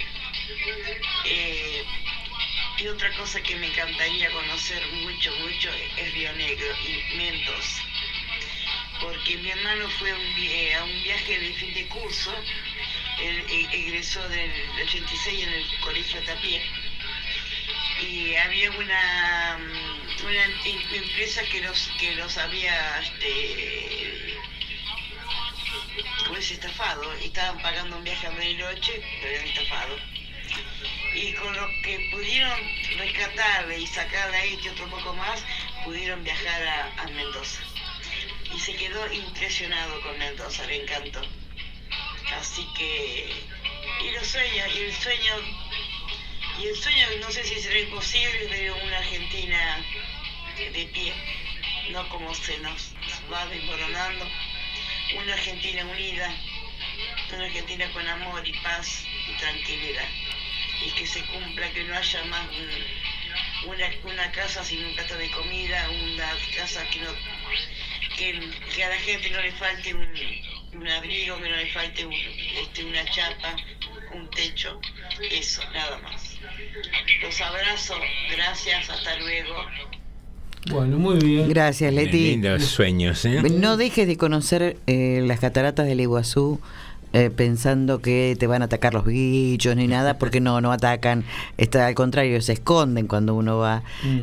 Y otra cosa que me encantaría conocer mucho es Río Negro y Mendoza, porque mi hermano fue a un viaje de fin de curso, él egresó del 86 en el colegio Tapié. Y había una empresa que los había estafado, y estaban pagando un viaje a Bariloche, lo habían estafado. Y con lo que pudieron rescatarle y sacarle a este otro poco más, pudieron viajar a Mendoza. Y se quedó impresionado con Mendoza, le encantó. Así que, y el sueño, no sé si será imposible, ver una Argentina de pie, no como se nos va desmoronando, una Argentina unida, una Argentina con amor y paz y tranquilidad, y que se cumpla, que no haya más una casa sin un plato de comida, una casa que a la gente no le falte un abrigo, que no le falte una chapa, un techo, eso, nada más. Los abrazo, gracias, hasta luego. Bueno, muy bien. Gracias, Leti. Lindos sueños, ¿eh? No dejes de conocer las cataratas del Iguazú pensando que te van a atacar los bichos ni nada, porque no atacan. Al contrario, se esconden cuando uno va.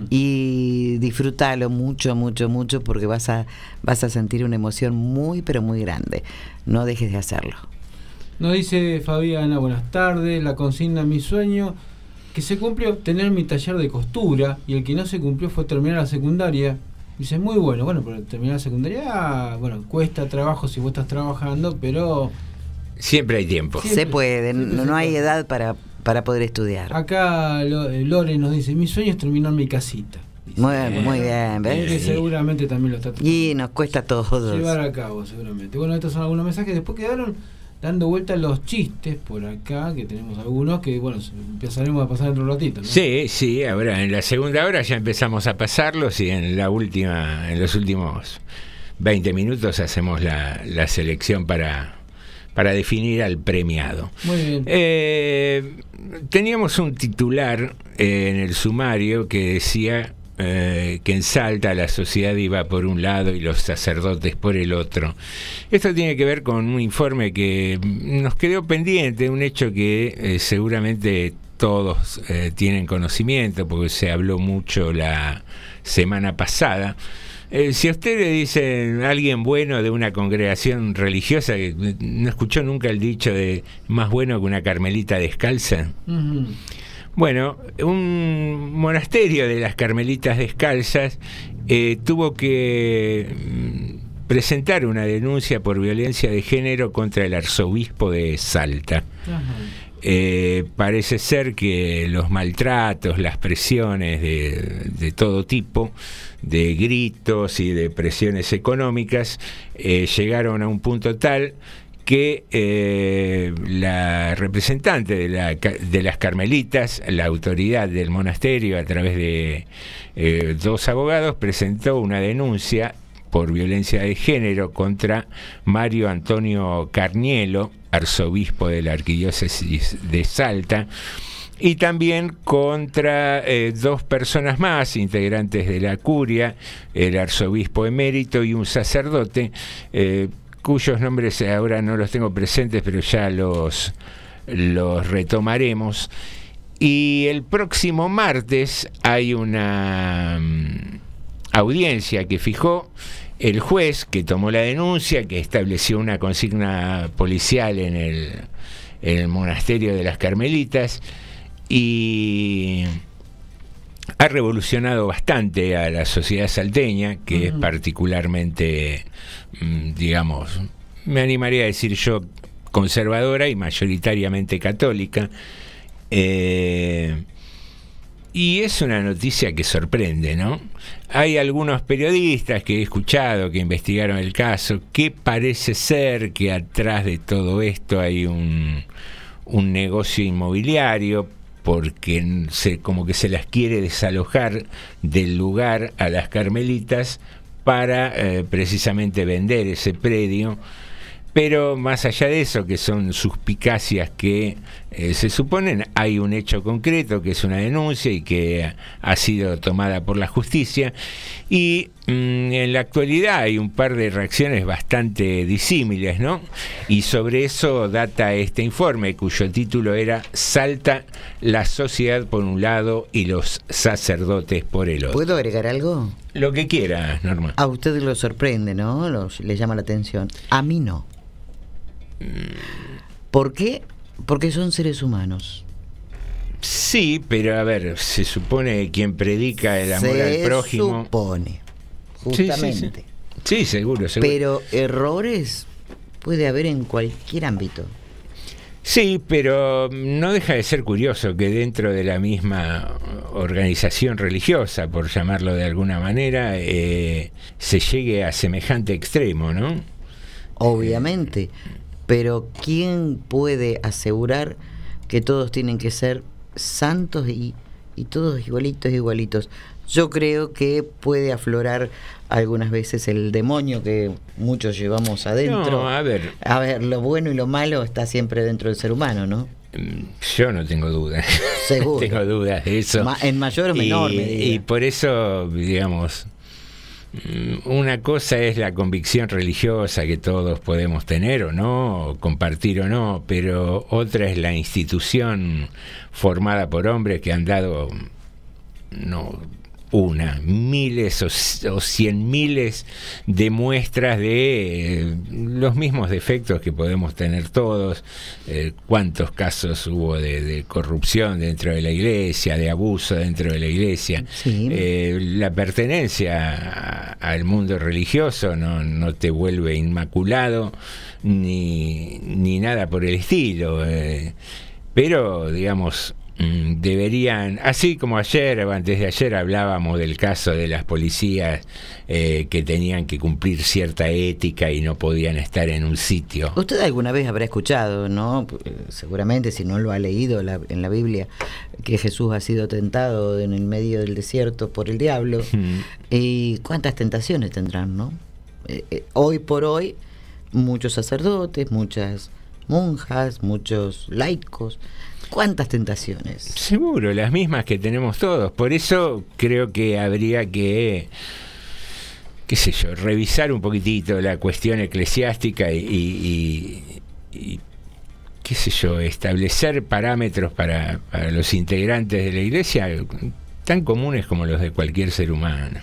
Y disfrútalo mucho, mucho, mucho, porque vas a sentir una emoción muy, pero muy grande. No dejes de hacerlo. Nos dice Fabiana, buenas tardes, la consigna mi sueño que se cumplió, tener mi taller de costura, y el que no se cumplió fue terminar la secundaria. Dice, muy bueno, pero terminar la secundaria, cuesta trabajo si vos estás trabajando, pero... Siempre hay tiempo. Se puede, no hay edad para poder estudiar. Acá Lore nos dice, mi sueño es terminar mi casita. Dice, muy bien, ¿ves? Que seguramente también lo está tratando. Y nos cuesta a todos llevar a cabo, seguramente. Bueno, estos son algunos mensajes. Después quedaron dando vuelta los chistes por acá, que tenemos algunos que, empezaremos a pasar dentro de un ratito, ¿no? Sí, ahora en la segunda hora ya empezamos a pasarlos y en los últimos 20 minutos hacemos la selección para definir al premiado. Muy bien. Teníamos un titular en el sumario que decía que en Salta la sociedad iba por un lado y los sacerdotes por el otro. Esto tiene que ver con un informe que nos quedó pendiente, un hecho que seguramente todos tienen conocimiento porque se habló mucho la semana pasada. Si a usted le dicen alguien bueno de una congregación religiosa, que no escuchó nunca el dicho de más bueno que una carmelita descalza. Uh-huh. Bueno, un monasterio de las Carmelitas Descalzas tuvo que presentar una denuncia por violencia de género contra el arzobispo de Salta. Parece ser que los maltratos, las presiones de todo tipo, de gritos y de presiones económicas, llegaron a un punto tal que la representante de las Carmelitas, la autoridad del monasterio, a través de 2 abogados, presentó una denuncia por violencia de género contra Mario Antonio Carnielo, arzobispo de la arquidiócesis de Salta, y también contra 2 personas más, integrantes de la curia, el arzobispo emérito y un sacerdote, cuyos nombres ahora no los tengo presentes, pero ya los retomaremos. Y el próximo martes hay una audiencia que fijó el juez que tomó la denuncia, que estableció una consigna policial en el monasterio de las Carmelitas, y ha revolucionado bastante a la sociedad salteña, que es particularmente, digamos, me animaría a decir yo, conservadora y mayoritariamente católica. Y es una noticia que sorprende, ¿no? Hay algunos periodistas que he escuchado que investigaron el caso, que parece ser que atrás de todo esto hay un negocio inmobiliario, porque como que se las quiere desalojar del lugar a las Carmelitas para precisamente vender ese predio. Pero más allá de eso, que son suspicacias que se suponen, hay un hecho concreto que es una denuncia y que ha sido tomada por la justicia, y en la actualidad hay un par de reacciones bastante disímiles, ¿no? Y sobre eso data este informe, cuyo título era Salta, la sociedad por un lado y los sacerdotes por el otro. ¿Puedo agregar algo? Lo que quiera, Norma. A usted lo sorprende, ¿no? Le llama la atención. A mí no. ¿Por qué? Porque son seres humanos. Sí, pero a ver, se supone quien predica el amor al prójimo. Se supone, justamente. Sí, seguro. Pero errores puede haber en cualquier ámbito. Sí, pero no deja de ser curioso que dentro de la misma organización religiosa, por llamarlo de alguna manera, se llegue a semejante extremo, ¿no? Obviamente. Pero ¿quién puede asegurar que todos tienen que ser santos y todos igualitos? Yo creo que puede aflorar algunas veces el demonio que muchos llevamos adentro. No, a ver, lo bueno y lo malo está siempre dentro del ser humano, ¿no? Yo no tengo dudas. Seguro. Tengo dudas de eso. En mayor o menor medida. Y por eso, digamos, una cosa es la convicción religiosa que todos podemos tener o no, o compartir o no, pero otra es la institución formada por hombres que han dado miles o 100 miles de muestras de los mismos defectos que podemos tener todos. ¿Cuántos casos hubo de corrupción dentro de la iglesia, de abuso dentro de la iglesia? Sí. La pertenencia al mundo religioso no te vuelve inmaculado ni nada por el estilo, pero digamos, deberían, así como ayer o antes de ayer hablábamos del caso de las policías que tenían que cumplir cierta ética y no podían estar en un sitio. Usted alguna vez habrá escuchado, ¿no? Seguramente, si no lo ha leído en la Biblia, que Jesús ha sido tentado en el medio del desierto por el diablo. ¿Y cuántas tentaciones tendrán, no? Hoy por hoy, muchos sacerdotes, muchas monjas, muchos laicos. ¿Cuántas tentaciones? Seguro, las mismas que tenemos todos. Por eso creo que habría que, qué sé yo, revisar un poquitito la cuestión eclesiástica y qué sé yo, establecer parámetros para los integrantes de la Iglesia tan comunes como los de cualquier ser humano.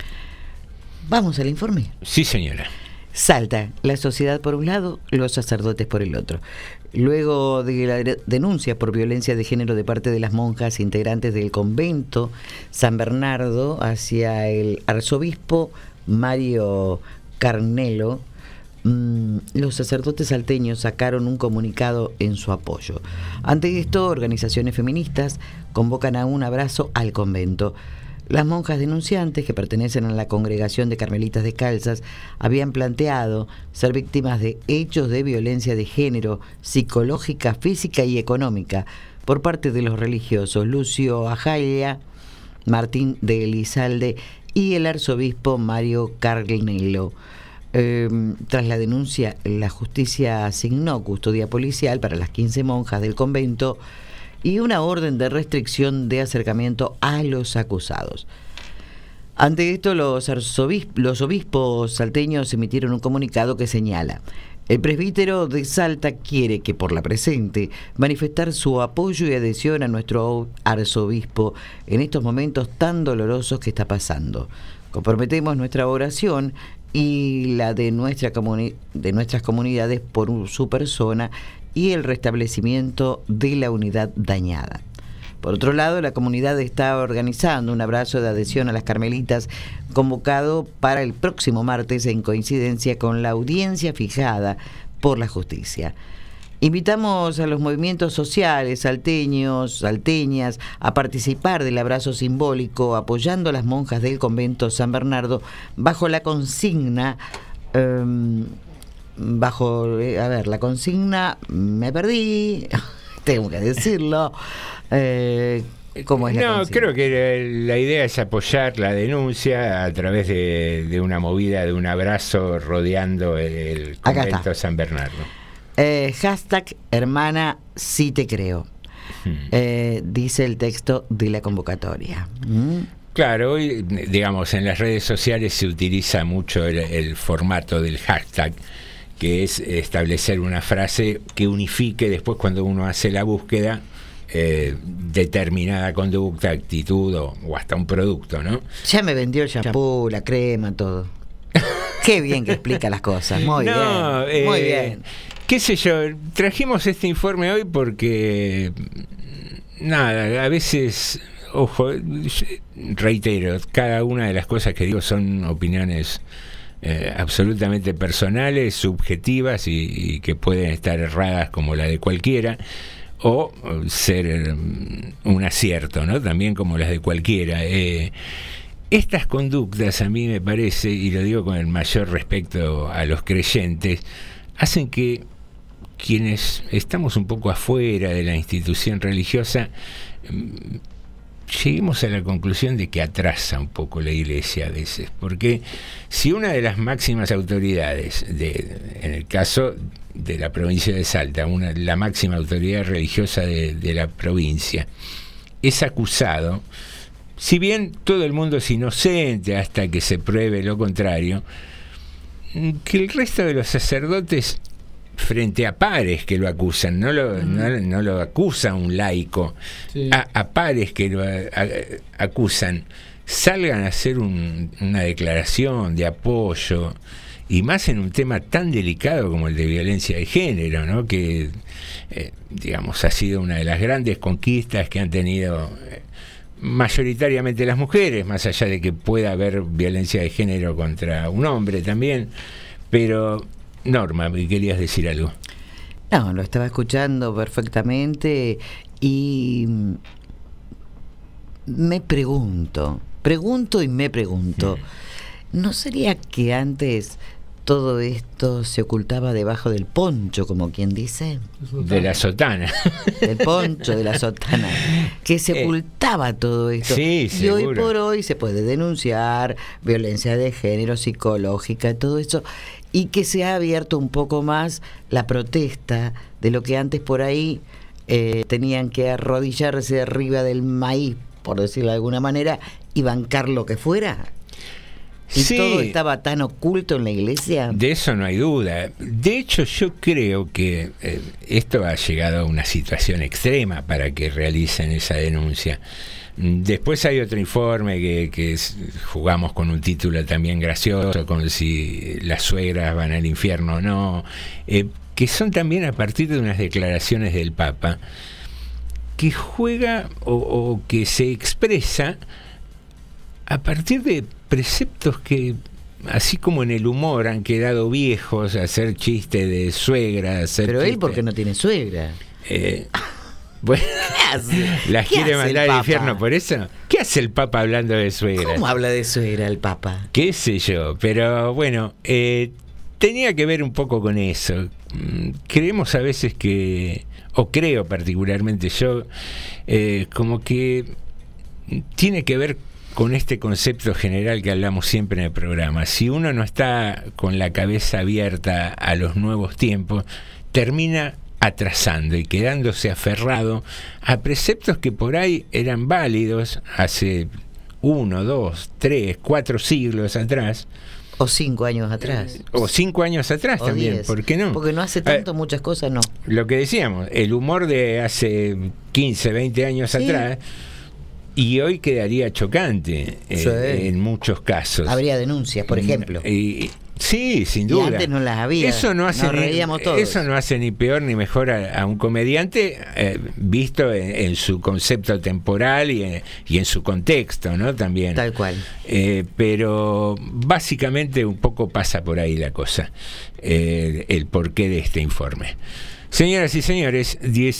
Vamos al informe. Sí, señora. Salta, la sociedad por un lado, los sacerdotes por el otro. Luego de la denuncia por violencia de género de parte de las monjas integrantes del convento San Bernardo hacia el arzobispo Mario Carnello, los sacerdotes salteños sacaron un comunicado en su apoyo. Ante esto, organizaciones feministas convocan a un abrazo al convento. Las monjas denunciantes, que pertenecen a la congregación de Carmelitas Descalzas, habían planteado ser víctimas de hechos de violencia de género, psicológica, física y económica por parte de los religiosos Lucio Ajaya, Martín de Elizalde y el arzobispo Mario Carnello. Tras la denuncia, la justicia asignó custodia policial para las 15 monjas del convento y una orden de restricción de acercamiento a los acusados. Ante esto, los obispos salteños emitieron un comunicado que señala: el presbítero de Salta quiere que por la presente manifestar su apoyo y adhesión a nuestro arzobispo en estos momentos tan dolorosos que está pasando. Comprometemos nuestra oración y la de nuestras comunidades por su persona y el restablecimiento de la unidad dañada. Por otro lado, la comunidad está organizando un abrazo de adhesión a las carmelitas convocado para el próximo martes en coincidencia con la audiencia fijada por la justicia. Invitamos a los movimientos sociales salteños, salteñas, a participar del abrazo simbólico apoyando a las monjas del convento San Bernardo bajo la consigna... la consigna, me perdí, tengo que decirlo. ¿Cómo es la consigna? Creo que la idea es apoyar la denuncia a través de una movida, de un abrazo rodeando el convento San Bernardo. Hashtag hermana, sí te creo. Dice el texto de la convocatoria. Claro, hoy, digamos, en las redes sociales se utiliza mucho el formato del hashtag, que es establecer una frase que unifique después, cuando uno hace la búsqueda, determinada conducta, actitud o hasta un producto, ¿no? Ya me vendió el shampoo, la crema, todo. Qué bien que explica las cosas, muy bien, muy bien. Qué sé yo, trajimos este informe hoy porque, nada, a veces, ojo, reitero, cada una de las cosas que digo son opiniones absolutamente personales, subjetivas y que pueden estar erradas como la de cualquiera, o ser un acierto, ¿no? También como las de cualquiera. Estas conductas, a mí me parece, y lo digo con el mayor respeto a los creyentes, hacen que quienes estamos un poco afuera de la institución religiosa lleguemos a la conclusión de que atrasa un poco la Iglesia a veces, porque si una de las máximas autoridades, en el caso de la provincia de Salta, la máxima autoridad religiosa de la provincia, es acusado, si bien todo el mundo es inocente hasta que se pruebe lo contrario, que el resto de los sacerdotes, frente a pares que lo acusan, no lo acusa un laico, sí, a pares que lo acusan, salgan a hacer una declaración de apoyo, y más en un tema tan delicado como el de violencia de género, ¿no? Que digamos ha sido una de las grandes conquistas que han tenido mayoritariamente las mujeres, más allá de que pueda haber violencia de género contra un hombre también. Pero Norma, ¿querías decir algo? No, lo estaba escuchando perfectamente y me pregunto, ¿no sería que antes todo esto se ocultaba debajo del poncho, como quien dice? De la sotana. Del poncho, de la sotana. Que se ocultaba todo esto. Sí, y seguro. hoy por hoy se puede denunciar violencia de género, psicológica, todo eso. Y que se ha abierto un poco más la protesta de lo que antes por ahí tenían que arrodillarse arriba del maíz, por decirlo de alguna manera, y bancar lo que fuera. ¿Y sí, todo estaba tan oculto en la Iglesia? De eso no hay duda. De hecho, yo creo que esto ha llegado a una situación extrema para que realicen esa denuncia. Después hay otro informe que jugamos con un título también gracioso, con si las suegras van al infierno o no, que son también a partir de unas declaraciones del Papa, que juega o que se expresa a partir de preceptos que, así como en el humor, han quedado viejos, hacer chiste de suegra. Pero él, ¿por qué no tiene suegra? Bueno, las quiere mandar al infierno por eso. ¿Qué hace el Papa hablando de suegra? ¿Cómo habla de suegra el Papa? Qué sé yo, pero bueno, tenía que ver un poco con eso. Creemos a veces que, o creo particularmente yo, como que tiene que ver con este concepto general que hablamos siempre en el programa. Si uno no está con la cabeza abierta a los nuevos tiempos, termina atrasando y quedándose aferrado a preceptos que por ahí eran válidos hace 1, 2, 3, 4 siglos atrás. O 5 años atrás. O 5 años atrás o también, 10. ¿por qué no? Porque no hace tanto muchas cosas, no. Lo que decíamos, el humor de hace 15, 20 años atrás, y hoy quedaría chocante en muchos casos. Habría denuncias, por ejemplo. Sí, sin duda. Y antes no las había. Eso no hace, nos reíamos todos. Eso no hace ni peor ni mejor a un comediante visto en su concepto temporal y en su contexto, ¿no? También. Tal cual. Pero básicamente un poco pasa por ahí la cosa, el porqué de este informe. Señoras y señores,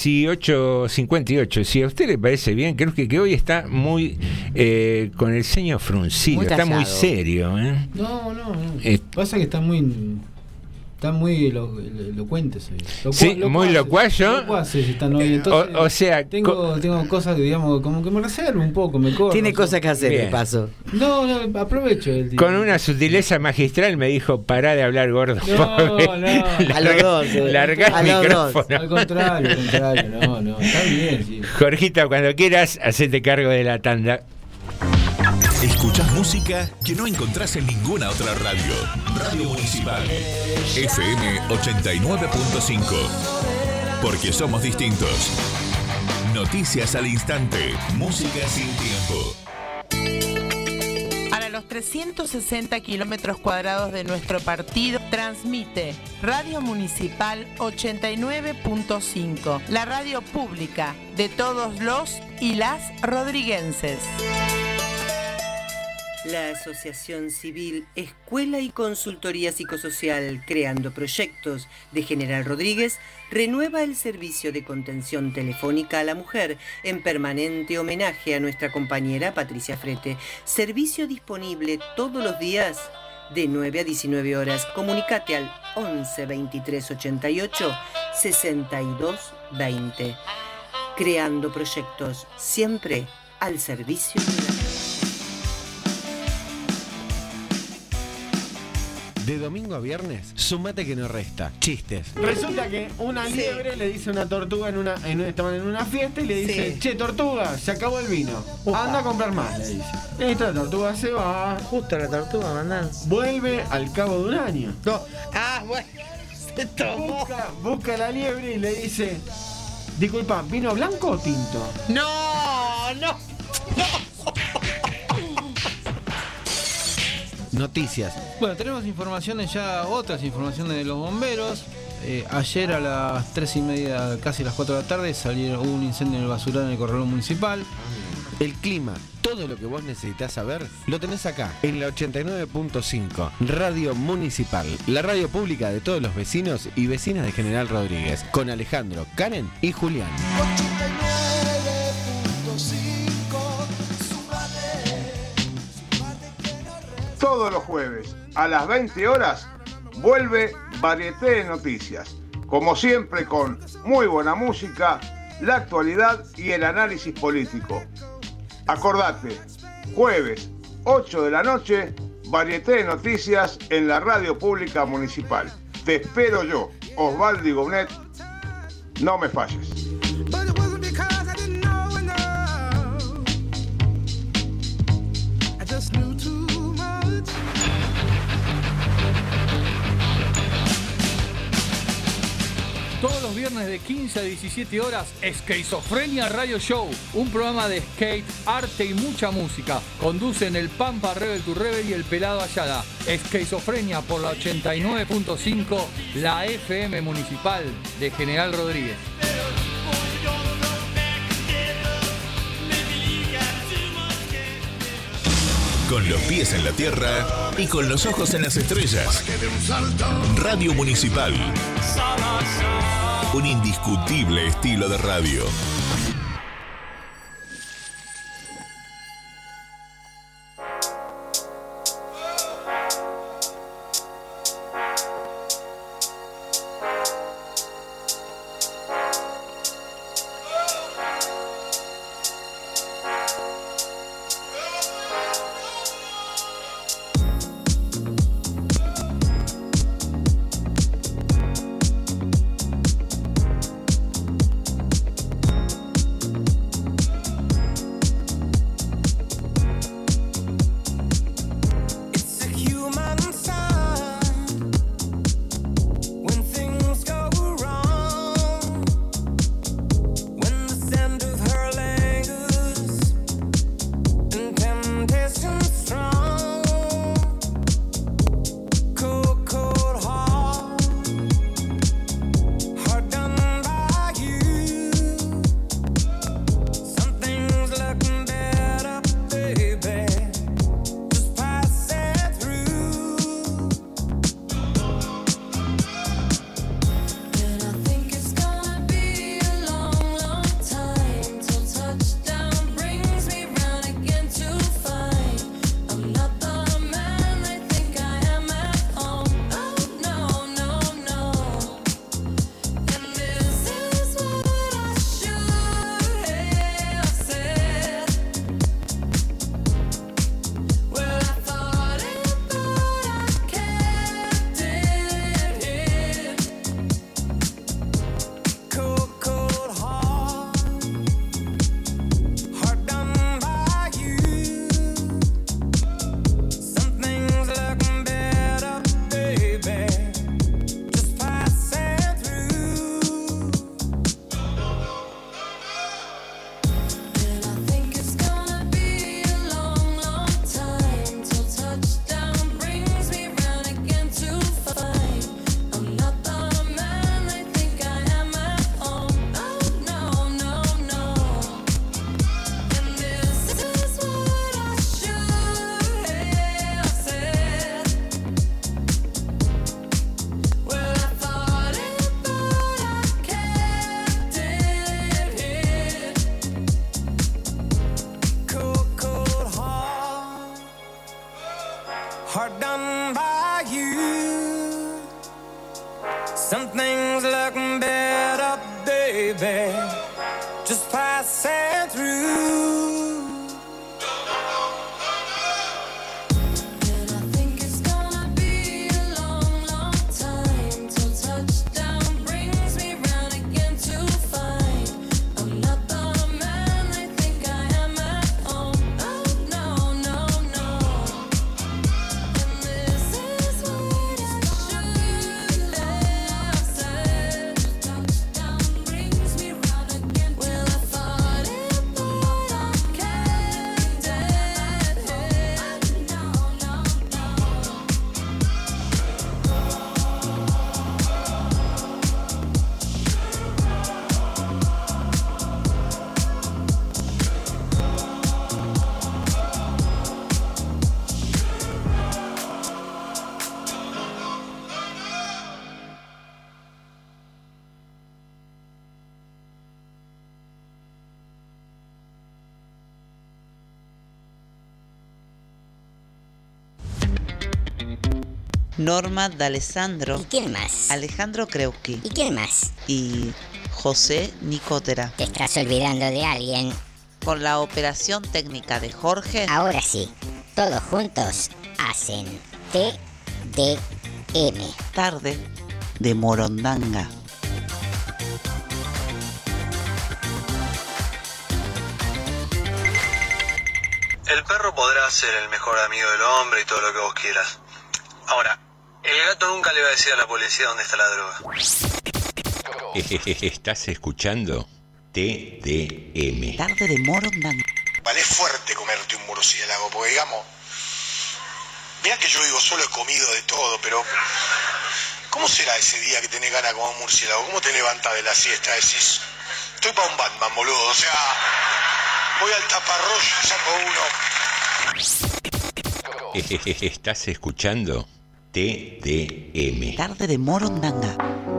18:58. Si a usted le parece bien, creo que hoy está muy con el ceño fruncido, está muy serio. No. Pasa que está muy elocuente. Sí, muy locuaz yo. O sea, tengo cosas que, digamos, como que me reservo un poco, me corro. Tiene cosas que hacer, de paso. No, aprovecho el día. Con una sutileza magistral me dijo, pará de hablar gordo. No. A los dos. Largá el micrófono. Al contrario, no, está bien, sí. Jorgito, cuando quieras, hacete cargo de la tanda. Escuchás música que no encontrás en ninguna otra radio. Radio Municipal FM 89.5. Porque somos distintos. Noticias al instante. Música sin tiempo. Para los 360 kilómetros cuadrados de nuestro partido, transmite Radio Municipal 89.5, la radio pública de todos los y las rodriguenses. La Asociación Civil Escuela y Consultoría Psicosocial Creando Proyectos de General Rodríguez renueva el servicio de contención telefónica a la mujer en permanente homenaje a nuestra compañera Patricia Frete. Servicio disponible todos los días de 9 a 19 horas. Comunicate al 11 23 88 62 20. Creando Proyectos, siempre al servicio de la... De domingo a viernes, sumate que no resta. Chistes. Resulta que una liebre le dice a una tortuga estaban en una fiesta y le dice, che, tortuga, se acabó el vino. Anda a comprar más, le dice. Esta la tortuga se va. Justo la tortuga, mandando. Vuelve al cabo de un año. No. Ah, bueno. Se tomó. Busca a la liebre y le dice, disculpa, ¿vino blanco o tinto? No. Noticias. Bueno, tenemos otras informaciones de los bomberos. Ayer a las 3:30, casi las 4 de la tarde, hubo un incendio en el basural en el corralón municipal. El clima, todo lo que vos necesitas saber, lo tenés acá, en la 89.5, Radio Municipal, la radio pública de todos los vecinos y vecinas de General Rodríguez, con Alejandro, Karen y Julián. 89.5. Todos los jueves a las 20 horas vuelve Varieté de Noticias, como siempre con muy buena música, la actualidad y el análisis político. Acordate, jueves 8 de la noche, Varieté de Noticias en la radio pública municipal. Te espero yo, Osvaldo Gounet, no me falles. Todos los viernes de 15 a 17 horas, Esquizofrenia Radio Show, un programa de skate, arte y mucha música. Conducen el Pampa Rebel to Rebel y el Pelado Ayala. Esquizofrenia por la 89.5, la FM Municipal de General Rodríguez. Con los pies en la tierra y con los ojos en las estrellas. Radio Municipal. Un indiscutible estilo de radio. hard done by you. Something's looking better, baby, just passing through. Norma D'Alessandro. ¿Y quién más? Alejandro Kreuski. ¿Y quién más? Y José Nicotera. Te estás olvidando de alguien. Con la operación técnica de Jorge. Ahora sí, todos juntos hacen TDM. Tarde de Morondanga. El perro podrá ser el mejor amigo del hombre y todo lo que vos quieras. Ahora, el gato nunca le va a decir a la policía dónde está la droga. ¿Estás escuchando? TDM. Tarde de Morondanga. Vale fuerte comerte un murciélago, porque digamos, mirá que yo digo, solo he comido de todo, pero ¿cómo será ese día que tenés ganas de comer un murciélago? ¿Cómo te levantás de la siesta? Decís, estoy para un Batman, boludo, o sea, voy al taparrollo y saco uno. ¿Estás escuchando? TDM. Tarde de Morondanga.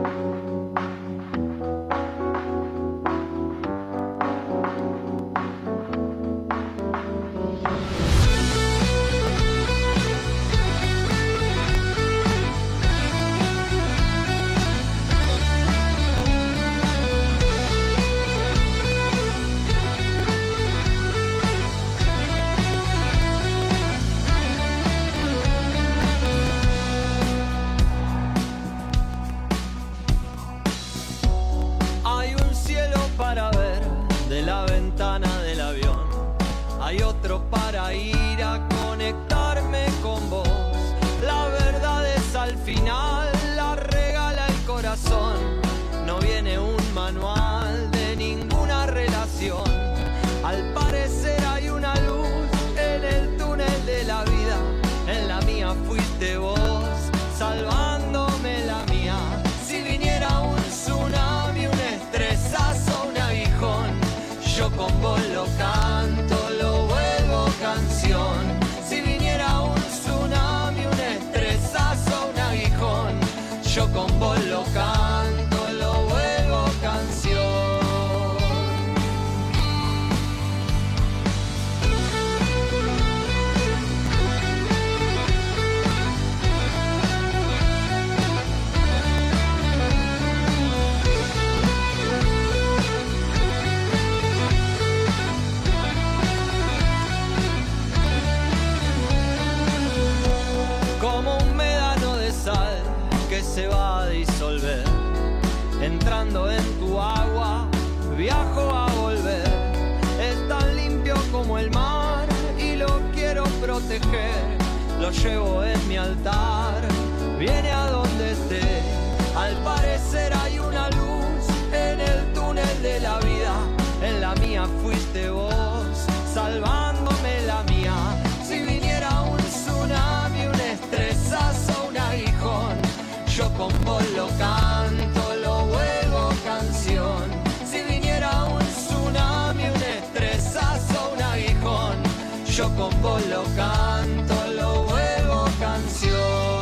Lo llevo en mi altar, viene a donde esté. Al parecer hay una luz en el túnel de la vida. En la mía fuiste vos, salvándome la mía. Si viniera un tsunami, un estresazo, un aguijón, yo con vos lo canto, lo vuelvo canción. Si viniera un tsunami, un estresazo, un aguijón, yo con vos lo canto, lo vuelvo canción.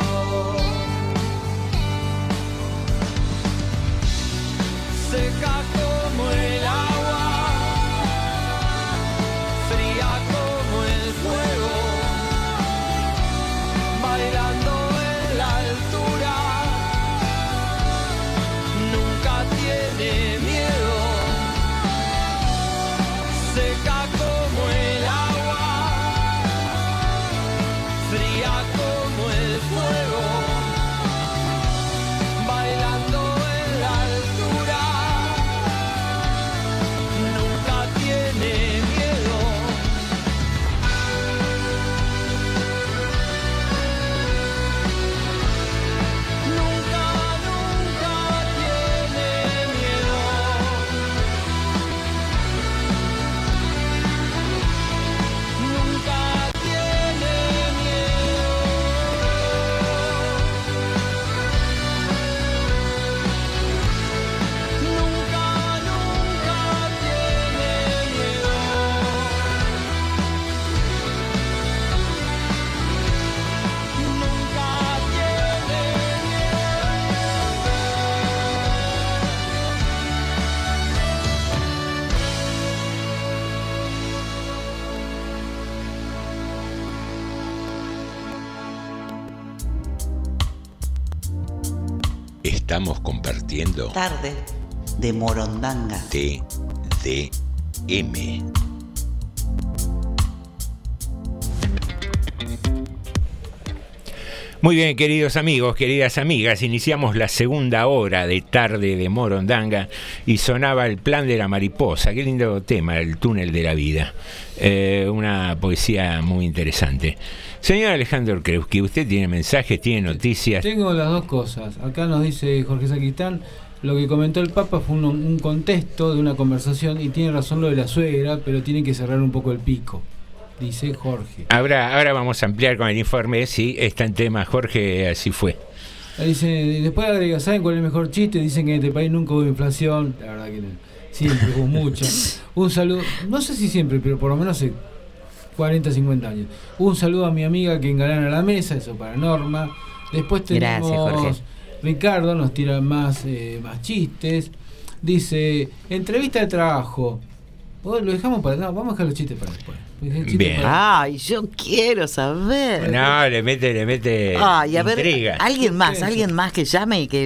Seca como el agua, fría como el fuego, bailando en la altura, nunca tiene miedo. Seca como el agua, fría como el fuego, bailando en la altura, nunca tiene miedo. Nunca, nunca tiene miedo. Nunca tiene miedo. Estamos compartiendo Tarde de Morondanga. TDM. Muy bien, queridos amigos, queridas amigas, iniciamos la segunda hora de Tarde de Morondanga y sonaba El plan de la mariposa. Qué lindo tema, El túnel de la vida. Una poesía muy interesante. Señor Alejandro Kreuski, usted tiene mensajes, tiene noticias. Tengo las dos cosas. Acá nos dice Jorge Sacristán, lo que comentó el Papa fue un contexto de una conversación y tiene razón lo de la suegra, pero tiene que cerrar un poco el pico. Dice Jorge. Ahora vamos a ampliar con el informe si está en tema, Jorge, así fue. Dice, después agrega, ¿saben cuál es el mejor chiste? Dicen que en este país nunca hubo inflación. La verdad que no. Siempre hubo mucha. Un saludo, no sé si siempre, pero por lo menos hace 40, 50 años. Un saludo a mi amiga que engalana la mesa, eso para Norma. Después tenemos Gracias, Jorge. Ricardo, nos tira más chistes. Dice, entrevista de trabajo. Lo dejamos para... No, vamos a dejar los chistes para después. Bien. Ay, yo quiero saber. No, le mete Ay, a ver, intriga. alguien más que llame y que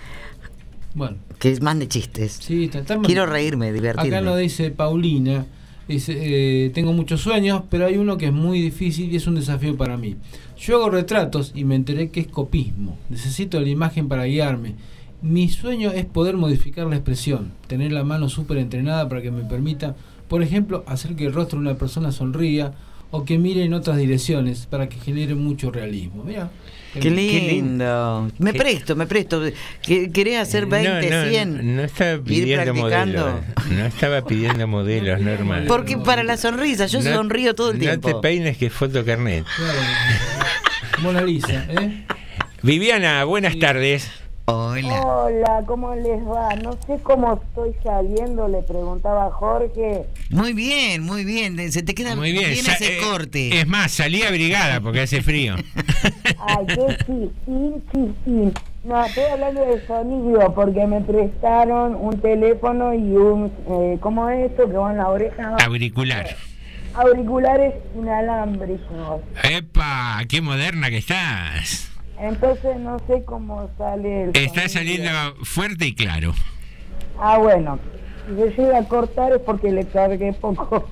mande chistes. Sí, quiero reírme, divertirme. Acá nos dice Paulina, dice, tengo muchos sueños, pero hay uno que es muy difícil y es un desafío para mí. Yo hago retratos y me enteré que es copismo. Necesito la imagen para guiarme. Mi sueño es poder modificar la expresión, tener la mano súper entrenada para que me permita, por ejemplo, hacer que el rostro de una persona sonría o que mire en otras direcciones para que genere mucho realismo. Mirá. Qué lindo. Me presto. ¿Querés hacer 20, 100? No estaba pidiendo modelos. No estaba pidiendo modelos, Norma. Porque para la sonrisa, yo sonrío todo el tiempo. No te peines que es fotocarnet. Claro. Mona Lisa, Viviana, buenas tardes. Hola, ¿cómo les va? No sé cómo estoy saliendo, le preguntaba Jorge. Muy bien, se te queda muy bien ese corte. Es más, salí abrigada porque hace frío. Ay, qué chistín. No, estoy hablando de sonido porque me prestaron un teléfono y un, ¿cómo es eso que va en la oreja? Auricular. Auriculares inalámbricos. ¡Epa! ¡Qué moderna que estás! Entonces no sé cómo sale el Está saliendo fuerte y claro. Ah, bueno. Si se llega a cortar es porque le cargué poco.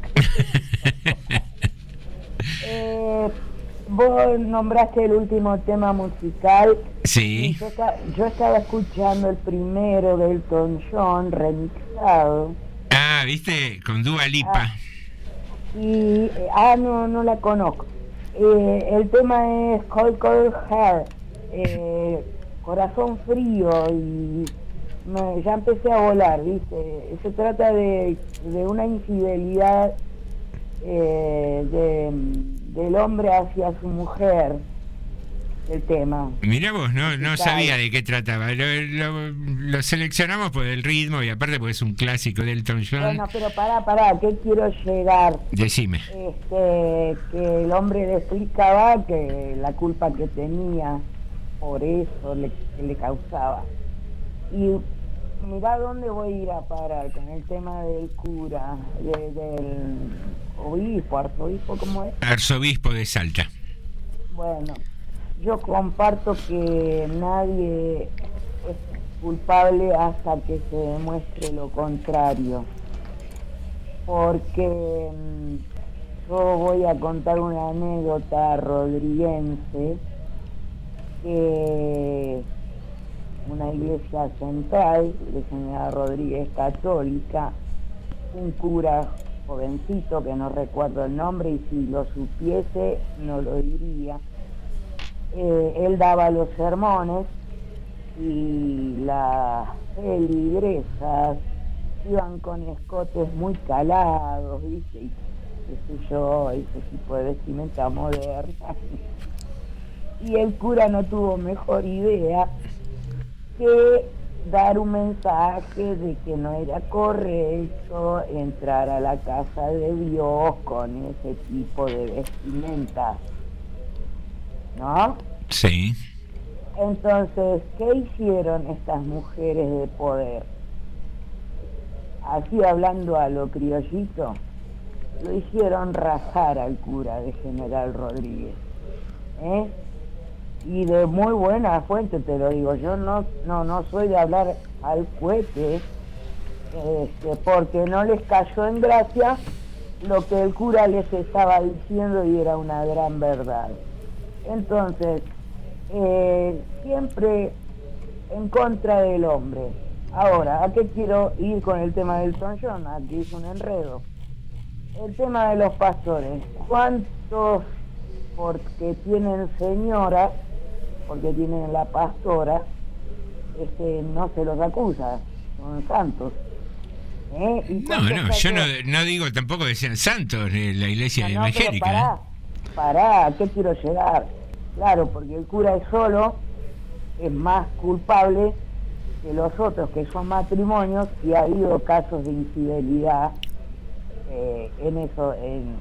Vos nombraste el último tema musical. Sí. Yo estaba escuchando el primero de Elton John remixado. Ah, ¿viste? Con Dua Lipa. No la conozco. El tema es Cold Cold Heart, corazón frío, y ya empecé a volar, ¿viste? Se trata de una infidelidad del hombre hacia su mujer, el tema. Mirá vos, no sabía de qué trataba. Lo seleccionamos por el ritmo y aparte porque es un clásico de Elton John. Bueno, pero pará, ¿qué quiero llegar? Decime. Que el hombre le explicaba que la culpa que tenía por eso le causaba. Y mirá dónde voy a ir a parar con el tema del cura, del obispo, arzobispo, ¿cómo es? Arzobispo de Salta. Bueno, yo comparto que nadie es culpable hasta que se demuestre lo contrario, porque yo voy a contar una anécdota rodriguense, que una iglesia central de General Rodríguez católica, un cura jovencito que no recuerdo el nombre y si lo supiese no lo diría. Él daba los sermones y las feligresas iban con escotes muy calados, ¿viste? Y qué sé yo, ese tipo de vestimenta moderna. Y el cura no tuvo mejor idea que dar un mensaje de que no era correcto entrar a la casa de Dios con ese tipo de vestimenta, ¿no? Sí. Entonces, ¿qué hicieron estas mujeres de poder? Así hablando a lo criollito, lo hicieron rajar al cura de General Rodríguez, y de muy buena fuente, te lo digo. Yo no soy de hablar al cohete, porque no les cayó en gracia lo que el cura les estaba diciendo y era una gran verdad. Entonces, siempre en contra del hombre. Ahora, ¿a qué quiero ir con el tema del Elton John? Aquí es un enredo. El tema de los pastores. ¿Cuántos, porque tienen señora, porque tienen la pastora, no se los acusa? Son santos. Yo no digo tampoco que sean santos la iglesia evangélica. Pará, ¿a qué quiero llegar? Claro, porque el cura es solo, es más culpable que los otros, que son matrimonios, y ha habido casos de infidelidad en esos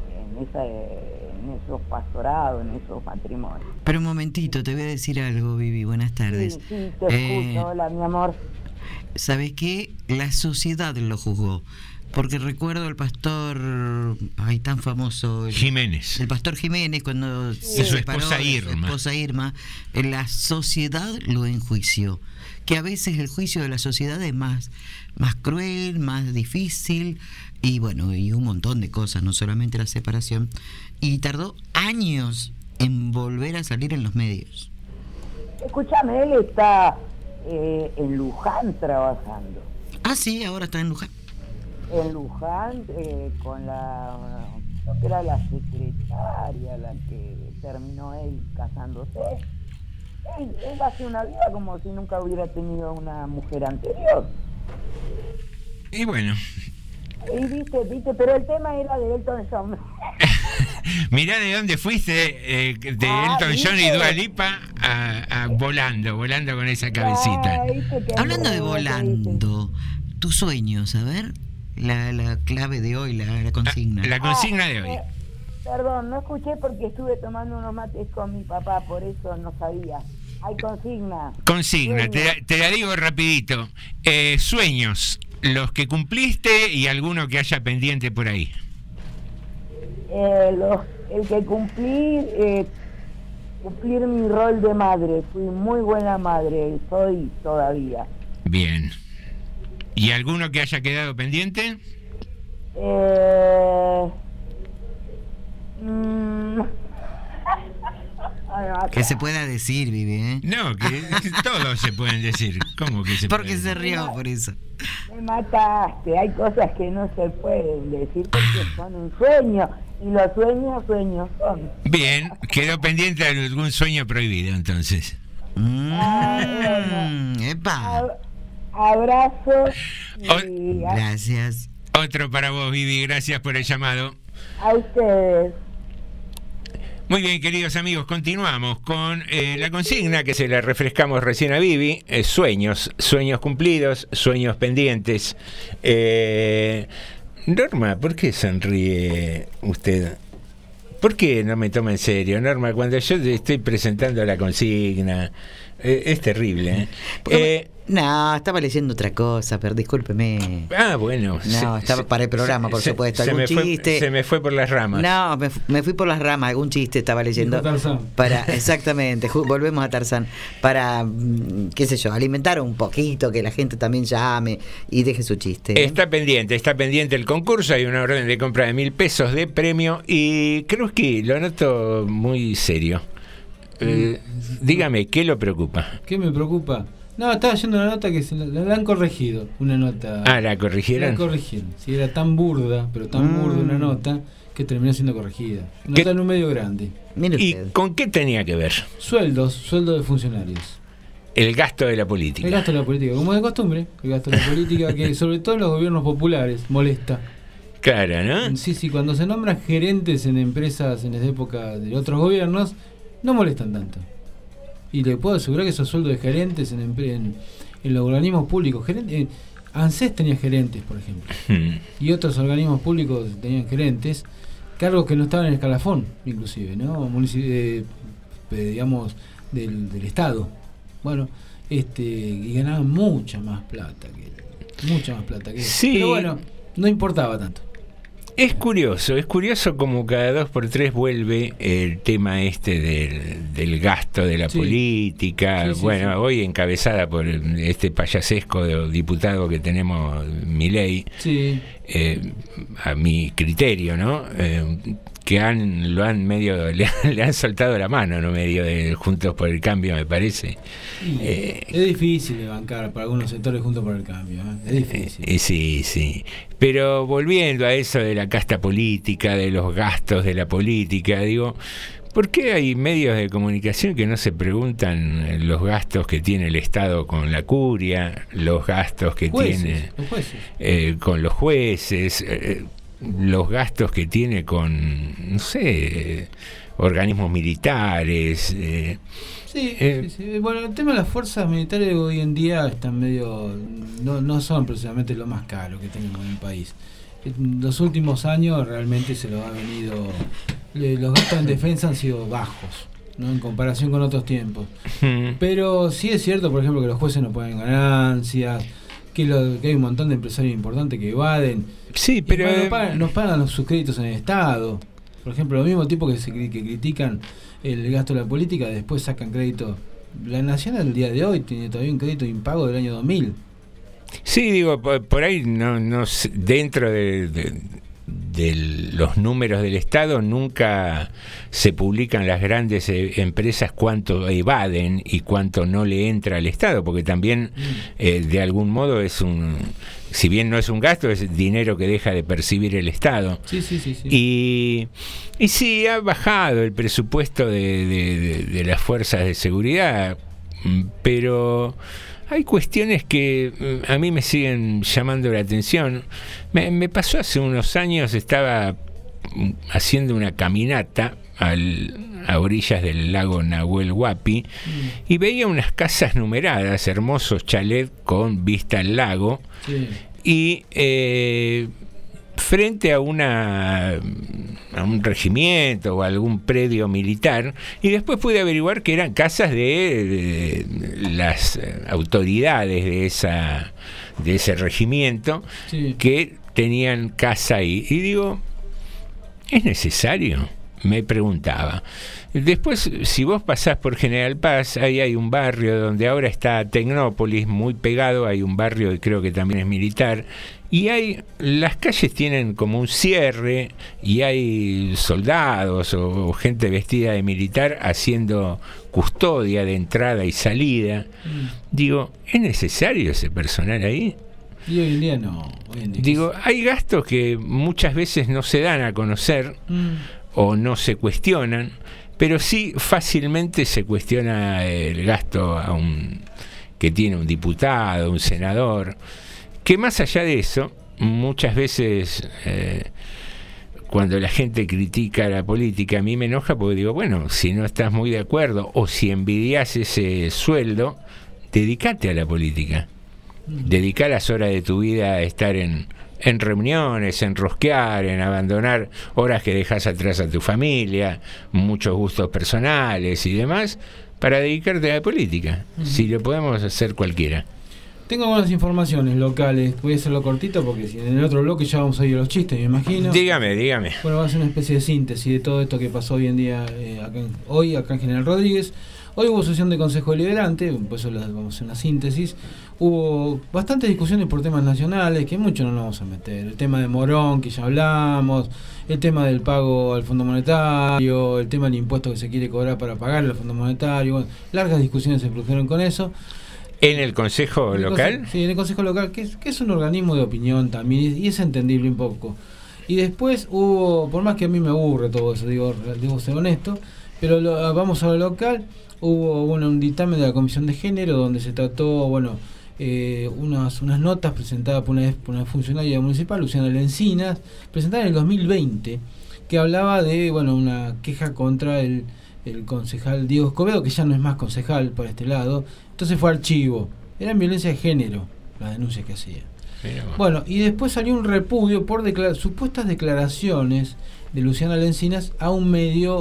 pastorados, en esos matrimonios. Pero un momentito, te voy a decir algo, Vivi, buenas tardes. Sí, te escucho, hola, mi amor. ¿Sabes qué? La sociedad lo juzgó. Porque recuerdo al pastor, tan famoso, Jiménez. El pastor Jiménez, cuando se separó de su esposa Irma, la sociedad lo enjuició. Que a veces el juicio de la sociedad es más cruel, más difícil, y bueno, y un montón de cosas, no solamente la separación. Y tardó años en volver a salir en los medios. Escúchame, él está en Luján trabajando. Ah, sí, ahora está en Luján. En Luján, con creo que era la secretaria la que terminó él casándose. Él hace una vida como si nunca hubiera tenido una mujer anterior. Y bueno. Y viste, pero el tema era de Elton John. Mirá de dónde fuiste, de Elton John y Dua Lipa a volando con esa cabecita. Hablando de volando, tus sueños, a ver, la clave de hoy, la consigna. La consigna de hoy. Perdón, no escuché porque estuve tomando unos mates con mi papá, por eso no sabía. Hay consigna. Consigna, te la digo rapidito. Sueños, los que cumpliste y alguno que haya pendiente por ahí. El que cumplir mi rol de madre. Fui muy buena madre, soy todavía. Bien. ¿Y alguno que haya quedado pendiente? Que se pueda decir, Vivi, ¿eh? No, que todos se pueden decir. ¿Cómo que se Porque puede se rió por eso. Me mataste. Hay cosas que no se pueden decir porque son un sueño. Y los sueños son. Bien, quedó pendiente algún sueño prohibido, entonces. ¡Epa! Abrazo. Gracias. Otro para vos, Vivi. Gracias por el llamado. A ustedes. Muy bien, queridos amigos, continuamos con la consigna que se la refrescamos recién a Vivi. Sueños cumplidos, sueños pendientes. Norma, ¿por qué sonríe usted? ¿Por qué no me toma en serio, Norma? Cuando yo estoy presentando la consigna, es terrible. No, estaba leyendo otra cosa, pero discúlpeme. Bueno. No, estaba para el programa, por supuesto. ¿Algún chiste? Se me fue por las ramas. No, me fui por las ramas. Algún chiste estaba leyendo. Exactamente, volvemos a Tarzán. Para, qué sé yo, alimentar un poquito, que la gente también llame y deje su chiste. Está pendiente el concurso. Hay una orden de compra de 1.000 pesos de premio. Y creo que lo noto muy serio. Dígame, ¿qué lo preocupa? ¿Qué me preocupa? No, estaba leyendo una nota que la han corregido. Una nota. ¿La corrigieron? La corrigieron. Sí, era tan burda, pero tan burda una nota que terminó siendo corregida. Una nota en un medio grande. ¿Y con qué tenía que ver? Sueldos de funcionarios. El gasto de la política. El gasto de la política, como de costumbre. El gasto de la política que sobre todo en los gobiernos populares molesta. Claro, ¿no? Sí, cuando se nombran gerentes en empresas en esa época de otros gobiernos, no molestan tanto. Y le puedo asegurar que esos sueldos de gerentes en los organismos públicos, ANSES tenía gerentes, por ejemplo, y otros organismos públicos tenían gerentes, cargos que no estaban en el escalafón, inclusive, ¿no? Digamos, del Estado. Bueno, y ganaban mucha más plata que sí. Pero bueno, no importaba tanto. Es curioso como cada 2 por 3 vuelve el tema del gasto de la política. Sí, hoy encabezada por este payasesco diputado que tenemos, Milei, a mi criterio, ¿no? Que le han soltado la mano, ¿no? Medio de Juntos por el Cambio, me parece. Es difícil de bancar para algunos sectores Juntos por el Cambio, es difícil. Sí. Pero volviendo a eso de la casta política, de los gastos de la política, digo, ¿por qué hay medios de comunicación que no se preguntan los gastos que tiene el Estado con la curia, los gastos que tiene con los jueces, los gastos que tiene con, no sé, organismos militares? Bueno, el tema de las fuerzas militares hoy en día están medio, no son precisamente lo más caro que tenemos en el país. En los últimos años realmente se lo ha venido, los gastos en defensa han sido bajos, ¿no? En comparación con otros tiempos. Pero sí es cierto, por ejemplo, que los jueces no pagan ganancias, que hay un montón de empresarios importantes que evaden. Sí, pero no pagan sus créditos en el Estado. Por ejemplo, los mismos tipos que critican el gasto de la política, después sacan crédito. La Nación al día de hoy tiene todavía un crédito impago del año 2000. Sí, digo, por ahí no dentro de los números del Estado nunca se publican las grandes empresas cuánto evaden y cuánto no le entra al Estado, porque también de algún modo si bien no es un gasto, es dinero que deja de percibir el Estado. Sí. Y sí, ha bajado el presupuesto de las fuerzas de seguridad, pero hay cuestiones que a mí me siguen llamando la atención. Me pasó hace unos años, estaba haciendo una caminata a orillas del lago Nahuel Huapi y veía unas casas numeradas, hermosos chalets con vista al lago, y frente a un regimiento o algún predio militar, y después pude averiguar que eran casas de las autoridades de ese regimiento que tenían casa ahí. Y digo, ¿es necesario? Me preguntaba. Después, si vos pasás por General Paz, ahí hay un barrio donde ahora está Tecnópolis, muy pegado, hay un barrio que creo que también es militar, y las calles tienen como un cierre, y hay soldados o gente vestida de militar haciendo custodia de entrada y salida. Digo, ¿es necesario ese personal ahí? Y hoy en día no. Digo, hay gastos que muchas veces no se dan a conocer o no se cuestionan, pero sí fácilmente se cuestiona el gasto que tiene un diputado, un senador, que más allá de eso, muchas veces cuando la gente critica la política, a mí me enoja porque digo, bueno, si no estás muy de acuerdo o si envidias ese sueldo, dedícate a la política. Dedicar las horas de tu vida a estar en reuniones, en rosquear, en abandonar horas que dejas atrás a tu familia, muchos gustos personales y demás, para dedicarte a la política. Si lo podemos hacer cualquiera. Tengo algunas informaciones locales, voy a hacerlo cortito porque si en el otro bloque ya vamos a ir a los chistes, me imagino. Dígame. Bueno, va a ser una especie de síntesis de todo esto que pasó hoy en día, acá en General Rodríguez. Hoy hubo sesión de Consejo Deliberante, por eso vamos a hacer una síntesis. Hubo bastantes discusiones por temas nacionales, que mucho no nos vamos a meter. El tema de Morón, que ya hablamos, el tema del pago al Fondo Monetario, el tema del impuesto que se quiere cobrar para pagar al Fondo Monetario. Bueno, largas discusiones se produjeron con eso. ¿En el Consejo Local? Sí, en el Consejo Local, que es un organismo de opinión también, y es entendible un poco. Y después hubo, por más que a mí me aburre todo eso, digo ser honesto, pero vamos a lo local. Hubo un dictamen de la Comisión de Género donde se trató unas notas presentadas por una funcionaria municipal, Luciana Lencinas, presentada en el 2020, que hablaba de una queja contra el concejal Diego Escobedo, que ya no es más concejal por este lado. Entonces fue archivo. Eran violencia de género las denuncias que hacía. Bueno, y después salió un repudio por supuestas declaraciones de Luciana Lencinas a un medio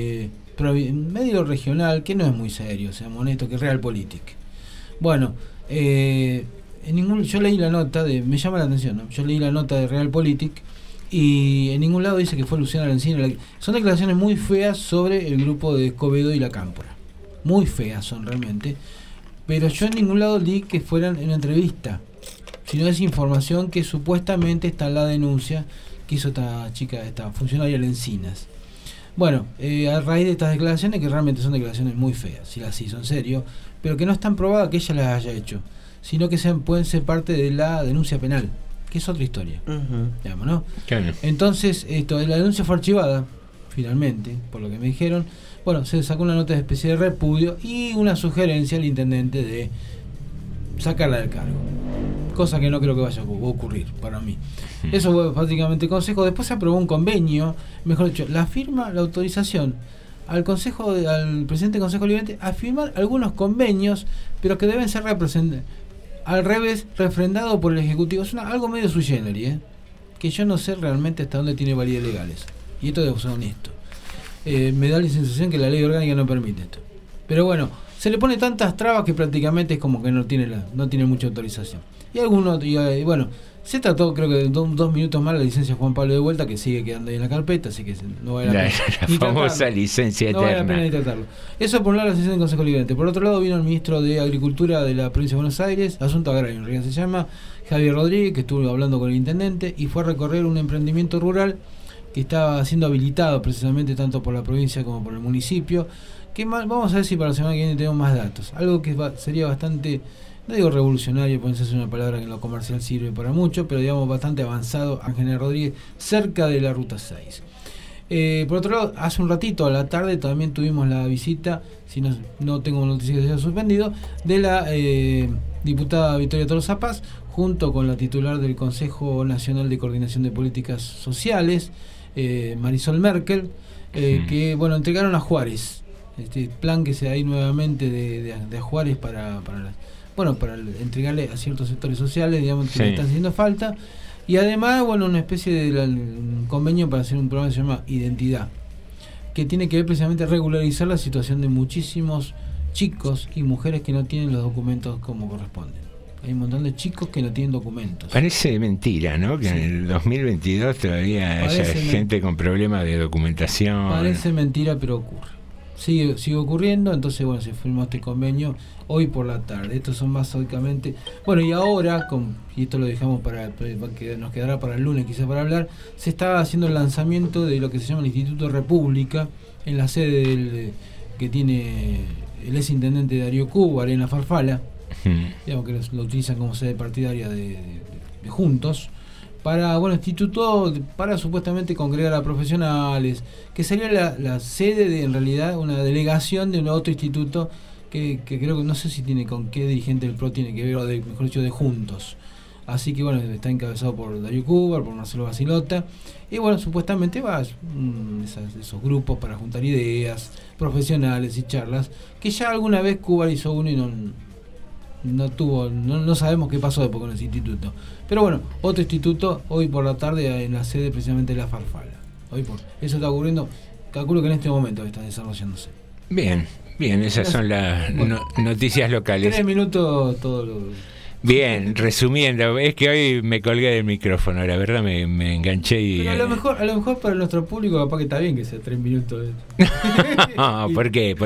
regional que no es muy serio, seamos honestos, que es Realpolitik. Bueno, yo leí la nota me llama la atención, ¿no? Yo leí la nota de Realpolitik y en ningún lado dice que fue Luciana Lencina. Son declaraciones muy feas sobre el grupo de Escobedo y la Cámpora, muy feas son realmente, pero yo en ningún lado leí que fueran en entrevista, sino es información que supuestamente está en la denuncia que hizo esta chica, esta funcionaria Lencinas. Bueno, a raíz de estas declaraciones, que realmente son declaraciones muy feas, si las hizo en serio, pero que no están probadas que ella las haya hecho, sino que pueden ser parte de la denuncia penal, que es otra historia, digamos, ¿no? Claro. Entonces, la denuncia fue archivada, finalmente, por lo que me dijeron. Bueno, se sacó una nota de especie de repudio y una sugerencia al intendente de sacarla del cargo, cosa que no creo que vaya a ocurrir para mí. Eso fue prácticamente el consejo. Después se aprobó un convenio, mejor dicho, la autorización al consejo, al presidente del Consejo Deliberante a firmar algunos convenios, pero que deben ser al revés, refrendado por el Ejecutivo. Es algo medio sui generis, que yo no sé realmente hasta dónde tiene validez legales. Y esto debo ser honesto. Me da la sensación que la ley orgánica no permite esto. Pero bueno, se le pone tantas trabas que prácticamente es como que no tiene mucha autorización. Y algunos, bueno, se trató, creo que de 2 minutos más la licencia Juan Pablo de vuelta, que sigue quedando ahí en la carpeta, así que no vale la pena. La famosa licencia eterna. No vale la pena ni tratarlo. Eso por un lado la sesión del Consejo Deliberante. Por otro lado vino el ministro de Agricultura de la provincia de Buenos Aires, Asunto Agrario en realidad se llama, Javier Rodríguez, que estuvo hablando con el intendente y fue a recorrer un emprendimiento rural que estaba siendo habilitado precisamente tanto por la provincia como por el municipio, que vamos a ver si para la semana que viene tenemos más datos. Algo que sería bastante, no digo revolucionario, puede ser una palabra que en lo comercial sirve para mucho, pero digamos bastante avanzado, Ángel Rodríguez, cerca de la Ruta 6. Por otro lado, hace un ratito a la tarde también tuvimos la visita, si no tengo noticias que se haya suspendido, de la diputada Victoria Tolosa Paz, junto con la titular del Consejo Nacional de Coordinación de Políticas Sociales, Marisol Merkel, que bueno, entregaron a Juárez este plan que se da ahí nuevamente de Juárez para entregarle a ciertos sectores sociales, digamos, que le están haciendo falta, y además, bueno, una especie de un convenio para hacer un programa que se llama Identidad, que tiene que ver precisamente regularizar la situación de muchísimos chicos y mujeres que no tienen los documentos como corresponden. Hay un montón de chicos que no tienen documentos. Parece mentira, ¿no? Que en el 2022 todavía haya gente con problemas de documentación. Parece mentira, pero ocurre. Sigue ocurriendo. Entonces, bueno, se firmó este convenio hoy por la tarde. Estos son básicamente... Bueno, y ahora, y esto lo dejamos que nos quedará para el lunes quizás para hablar, se está haciendo el lanzamiento de lo que se llama el Instituto República, en la sede que tiene el ex intendente Darío Cuba, Arena Farfala, digamos que lo utilizan como sede partidaria de Juntos, para instituto para supuestamente congregar a profesionales, que sería la sede de, en realidad, una delegación de un otro instituto que creo que no sé si tiene con qué dirigente del PRO tiene que ver, o mejor dicho, de Juntos. Así que bueno, está encabezado por Darío Cuba, por Marcelo Basilota, y bueno, supuestamente va esos grupos para juntar ideas profesionales y charlas, que ya alguna vez Cuba hizo uno y no sabemos qué pasó después con ese instituto. Pero bueno, otro instituto hoy por la tarde en la sede precisamente de la Farfala. Eso está ocurriendo, calculo que en este momento está desarrollándose. Bien, esas son las noticias locales. 3 minutos todo lo... Bien, resumiendo, es que hoy me colgué del micrófono, la verdad me enganché y... Pero a lo mejor para nuestro público capaz que está bien que sea 3 minutos. No, ¿por qué?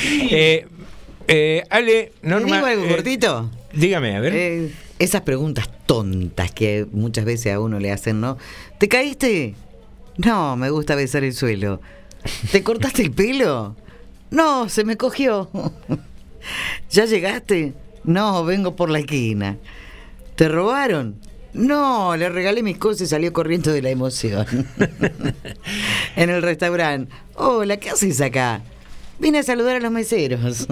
Ale, Norma... ¿Te digo algo cortito? Dígame, a ver. Esas preguntas tontas que muchas veces a uno le hacen, ¿no? ¿Te caíste? No, me gusta besar el suelo. ¿Te cortaste el pelo? No, se me cogió. ¿Ya llegaste? No, vengo por la esquina. ¿Te robaron? No, le regalé mis cosas y salió corriendo de la emoción. En el restaurante. Hola, ¿qué haces acá? Vine a saludar a los meseros.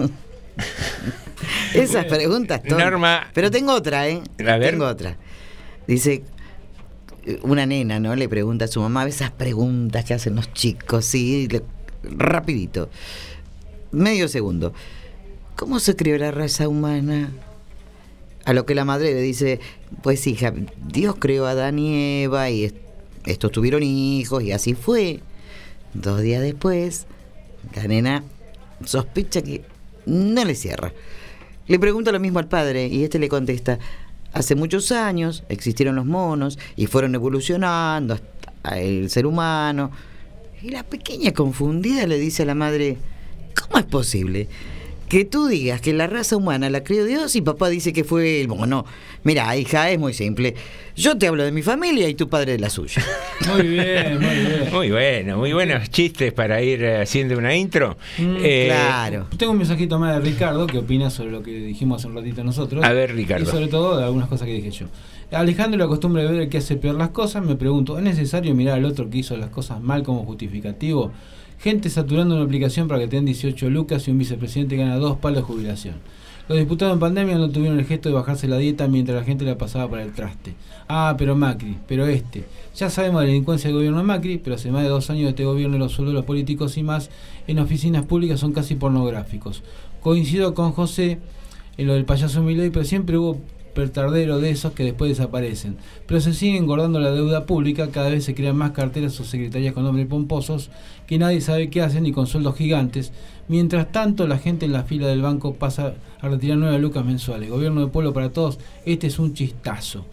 Esas preguntas tontas. Norma. Pero tengo otra, A ver. Tengo otra. Dice, una nena, ¿no? Le pregunta a su mamá, esas preguntas que hacen los chicos, sí, rapidito. Medio segundo. ¿Cómo se creó la raza humana? A lo que la madre le dice, pues hija, Dios creó a Adán y Eva y estos tuvieron hijos y así fue. 2 días después, la nena sospecha que no le cierra. Le pregunta lo mismo al padre y este le contesta, hace muchos años existieron los monos y fueron evolucionando el ser humano. Y la pequeña confundida le dice a la madre: ¿cómo es posible que tú digas que la raza humana la creó Dios y papá dice que fue el mono? Mira, hija, es muy simple. Yo te hablo de mi familia y tu padre de la suya. Muy bien, muy bien. Muy bueno, muy buenos chistes para ir haciendo una intro. Claro. Tengo un mensajito más de Ricardo que opina sobre lo que dijimos hace un ratito nosotros. A ver, Ricardo. Y sobre todo de algunas cosas que dije yo. Alejandro la costumbre de ver el que hace peor las cosas. Me pregunto, ¿es necesario mirar al otro que hizo las cosas mal como justificativo? Gente saturando una aplicación para que te den 18 lucas y un vicepresidente gana 2 palos de jubilación. Los diputados en pandemia no tuvieron el gesto de bajarse la dieta mientras la gente la pasaba para el traste. Ah, pero Macri, pero ya sabemos de la delincuencia del gobierno de Macri, pero hace más de 2 años de este gobierno los sueldos de los políticos y más en oficinas públicas son casi pornográficos. Coincido con José en lo del payaso Milei, pero siempre hubo pertardero de esos que después desaparecen. Pero se sigue engordando la deuda pública, cada vez se crean más carteras o secretarías con nombres pomposos que nadie sabe qué hacen y con sueldos gigantes. Mientras tanto, la gente en la fila del banco pasa a retirar 9 lucas mensuales. Gobierno de pueblo para todos, este es un chistazo.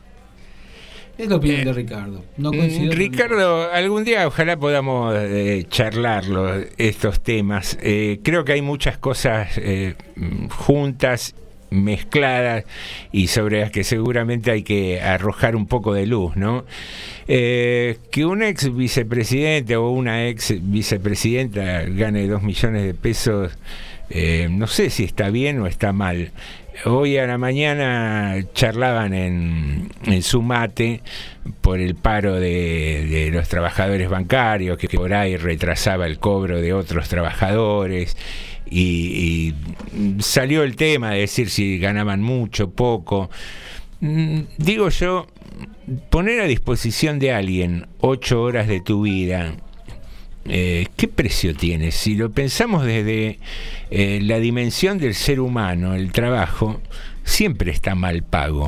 Es la opinión de Ricardo. No coincido. Ricardo, algún día ojalá podamos charlarlo, estos temas. Creo que hay muchas cosas juntas, mezcladas, y sobre las que seguramente hay que arrojar un poco de luz, ¿no? Que un ex vicepresidente o una ex vicepresidenta gane 2 millones de pesos, no sé si está bien o está mal. Hoy a la mañana charlaban en Sumate por el paro de los trabajadores bancarios, que por ahí retrasaba el cobro de otros trabajadores, y salió el tema de decir si ganaban mucho, poco. Digo yo, poner a disposición de alguien 8 horas de tu vida, ¿qué precio tiene? Si lo pensamos desde la dimensión del ser humano, el trabajo siempre está mal pago.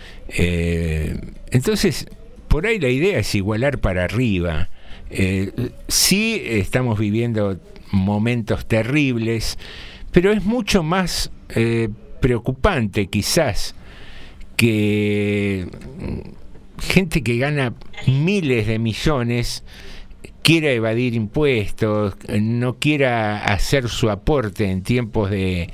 Entonces, por ahí la idea es igualar para arriba. Sí estamos viviendo momentos terribles, pero es mucho más preocupante quizás que gente que gana miles de millones quiera evadir impuestos, no quiera hacer su aporte en tiempos de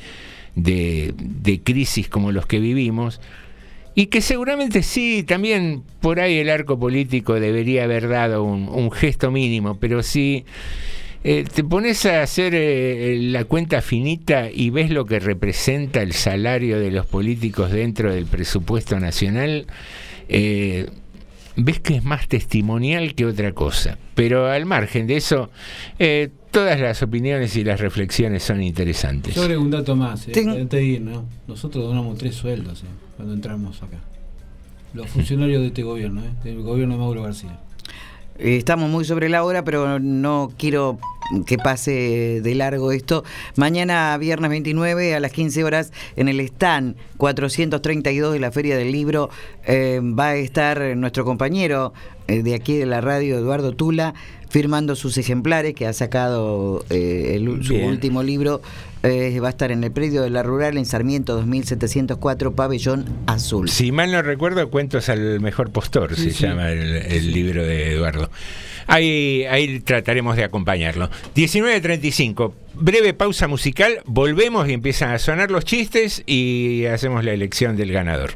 crisis como los que vivimos, y que seguramente sí, también por ahí el arco político debería haber dado un gesto mínimo, pero sí. Te pones a hacer la cuenta finita y ves lo que representa el salario de los políticos dentro del presupuesto nacional, ves que es más testimonial que otra cosa. Pero al margen de eso, todas las opiniones y las reflexiones son interesantes. Yo agrego un dato más, antes de ir, ¿no? Nosotros donamos 3 sueldos cuando entramos acá. Los funcionarios de este gobierno, del gobierno de Mauro García. Estamos muy sobre la hora, pero no quiero que pase de largo esto. Mañana, viernes 29, a las 15 horas, en el stand 432 de la Feria del Libro, va a estar nuestro compañero de aquí de la radio, Eduardo Tula, firmando sus ejemplares, que ha sacado su último libro. Va a estar en el predio de la Rural, en Sarmiento 2704, Pabellón Azul. Si mal no recuerdo, Cuentos al Mejor Postor, se llama el libro de Eduardo. Ahí trataremos de acompañarlo. 19:35, breve pausa musical, volvemos y empiezan a sonar los chistes y hacemos la elección del ganador.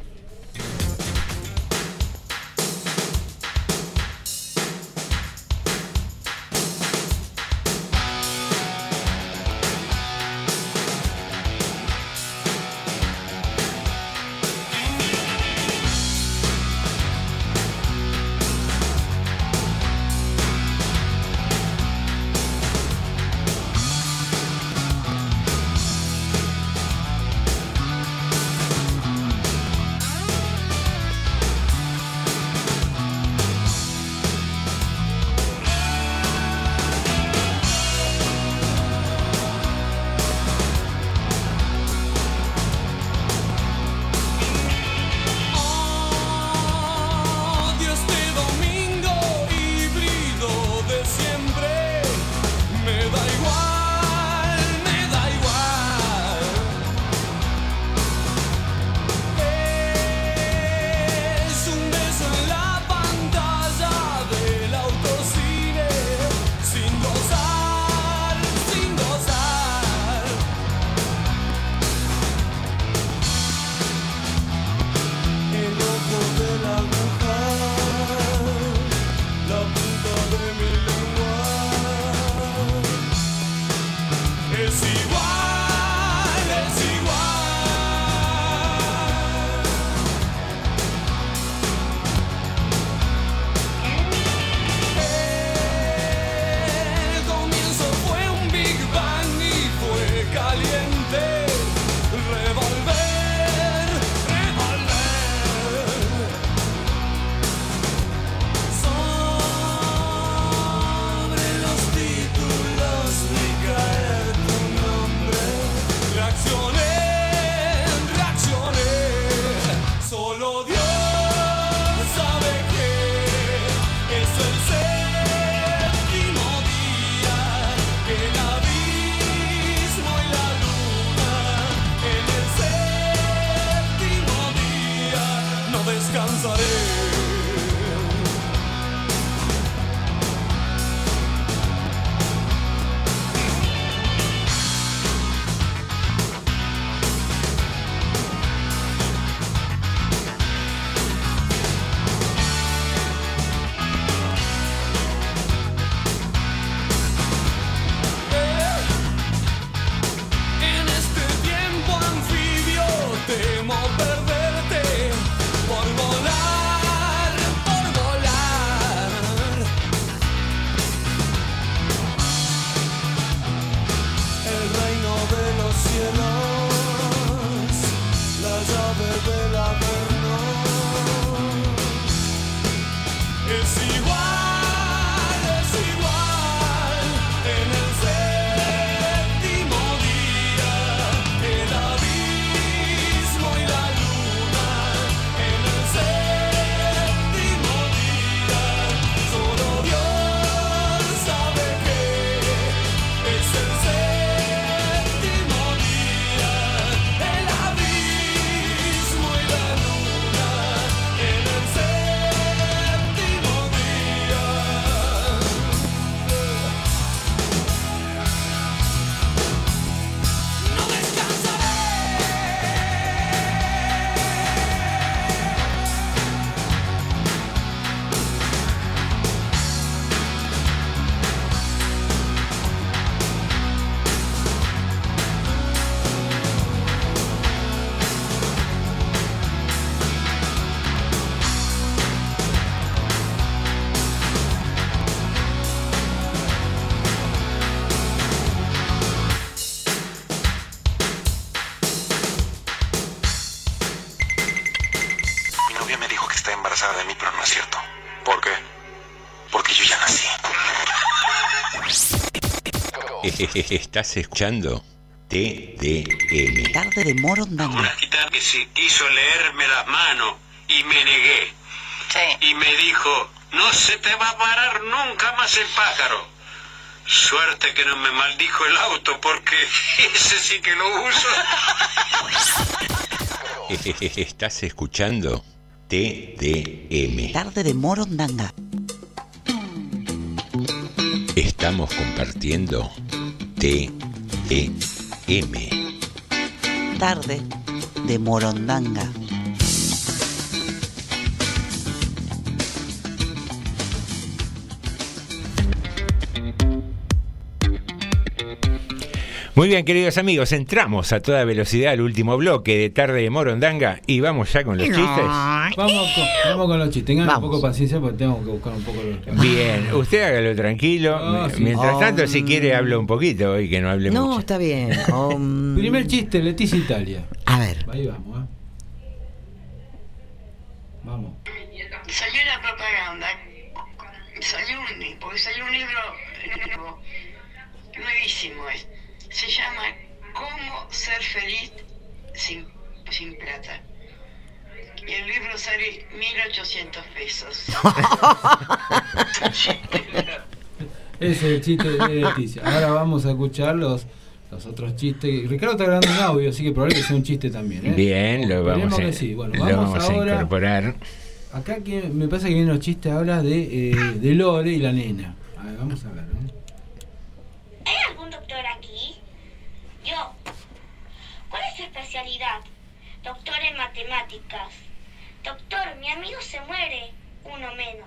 embarazada de mí, pero no es cierto. ¿Por qué? Porque yo ya nací. Estás escuchando TDM. Tarde de Morondanga. Una gitana que se quiso leerme las manos y me negué. Sí. Y me dijo, no se te va a parar nunca más el pájaro. Suerte que no me maldijo el auto, porque ese sí que lo uso. Estás escuchando TDM. Tarde de Morondanga. Estamos compartiendo TDM. Tarde de Morondanga. Muy bien, queridos amigos, entramos a toda velocidad al último bloque de Tarde de Morondanga y vamos ya con los chistes. Vamos con los chistes. Tengan un poco de paciencia porque tengo que buscar un poco los... Bien, usted hágalo tranquilo. Sí. Mientras tanto, si quiere, hablo un poquito hoy, que no hable mucho. No, está bien. Primer chiste, Leticia Italia. A ver. Ahí vamos, Vamos. Salió la propaganda. Porque salió un libro nuevo, nuevísimo. Se llama ¿Cómo ser feliz sin plata? Y el libro sale 1.800 pesos. Ese es el chiste de Leticia. Ahora vamos a escuchar los otros chistes. Ricardo está grabando un audio, así que probablemente sea un chiste también. Bien, lo vamos vamos a ahora a incorporar. Acá me pasa que vienen los chistes ahora de Lore y la nena. A ver, vamos a ver. ¿Hay algún doctor aquí? Yo. ¿Cuál es su especialidad? Doctor en matemáticas. Doctor, mi amigo se muere. Uno menos.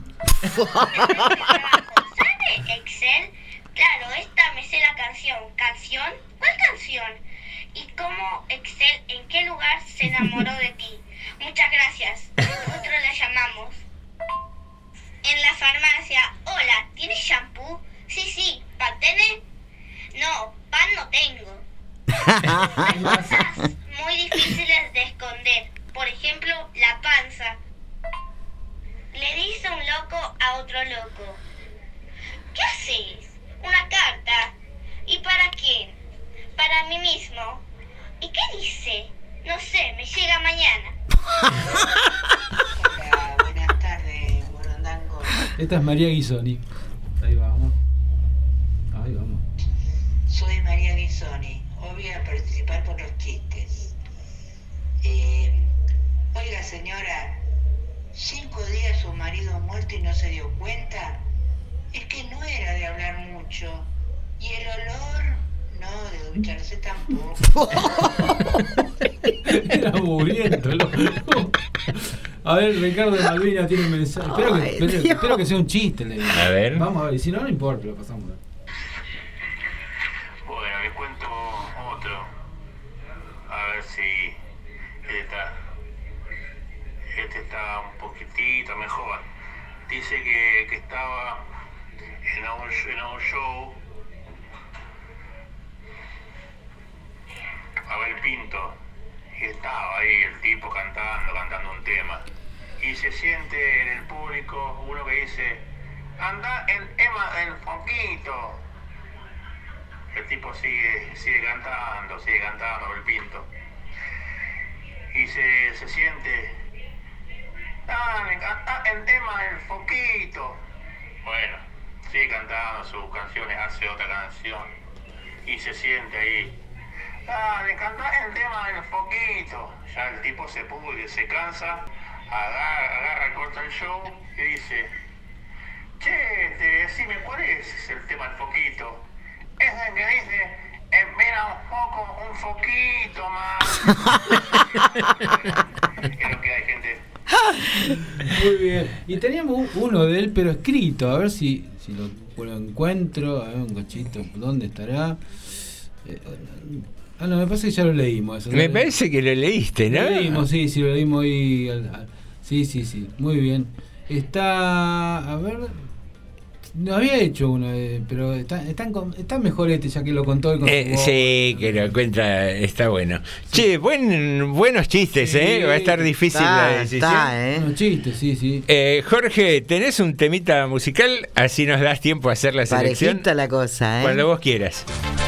¿Sabe Excel? Claro, esta me sé la canción. ¿Canción? ¿Cuál canción? ¿Y cómo Excel en qué lugar se enamoró de ti? Muchas gracias. Nosotros la llamamos. En la farmacia. Hola, ¿tienes shampoo? Sí, ¿pan tenés? No, pan no tengo. Hay cosas muy difíciles de esconder. Por ejemplo, la panza. Le dice un loco a otro loco. ¿Qué haces? Una carta. ¿Y para quién? Para mí mismo. ¿Y qué dice? No sé, me llega mañana. Hola, buenas tardes, Morondango. Esta es María Guisoni. Ahí vamos. Soy María Guisoni. Hoy voy a participar por los chistes. Oiga, señora, 5 días su marido muerto y no se dio cuenta. Es que no era de hablar mucho. Y el olor, no, de ducharse tampoco. Era mugriento. A ver, Ricardo de Malvina tiene un mensaje. Espero que sea un chiste. A ver. Vamos a ver, si no, no importa, lo pasamos. Bueno, les cuento otro. A ver si este está un poquitito mejor. Dice que estaba en un show Abel Pinto, y estaba ahí el tipo cantando un tema, y se siente en el público uno que dice, anda el foquito. El tipo sigue cantando Abel Pinto, y se siente, dale, canta el tema del foquito. Bueno, sigue cantando sus canciones, hace otra canción, y se siente ahí, dale, canta el tema del foquito. Ya el tipo se pudre, se cansa, agarra, corta el show y dice, che, decime cuál es el tema del foquito. Es el que dice, espera un foquito más. Creo que hay gente. Muy bien. Y teníamos uno de él, pero escrito. A ver si lo encuentro. A ver, un cachito. ¿Dónde estará? No, me parece que ya lo leímos. Eso. Me parece que lo leíste, ¿no? Lo leímos, sí, lo leímos ahí. Sí. Muy bien. Está. A ver. No había hecho uno, pero está mejor ya que lo contó. Sí, que lo cuenta, está bueno. Che, buenos chistes, Sí, va a estar difícil la decisión. Buenos chistes, sí. Jorge, ¿tenés un temita musical? Así nos das tiempo a hacer la selección. Parejita la cosa, Cuando vos quieras.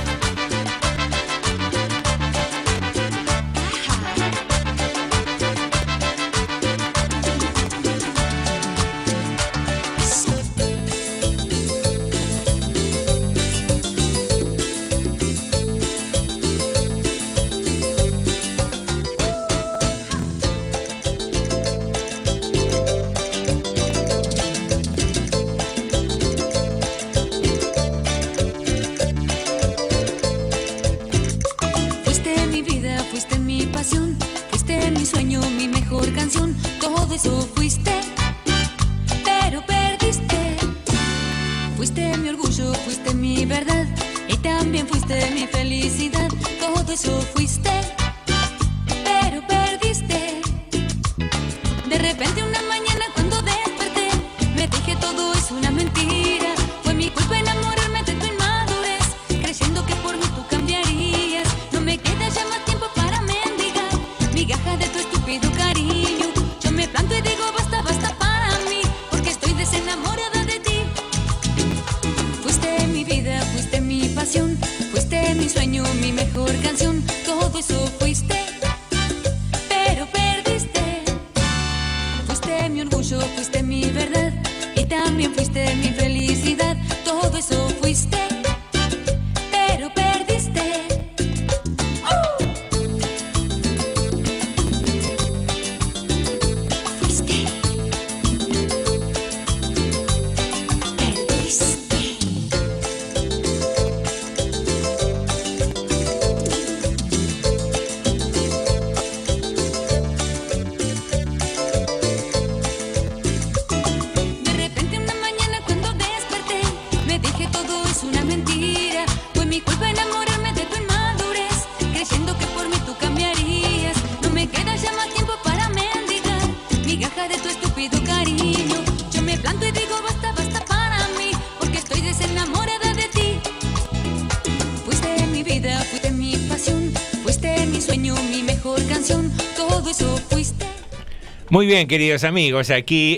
Muy bien, queridos amigos, aquí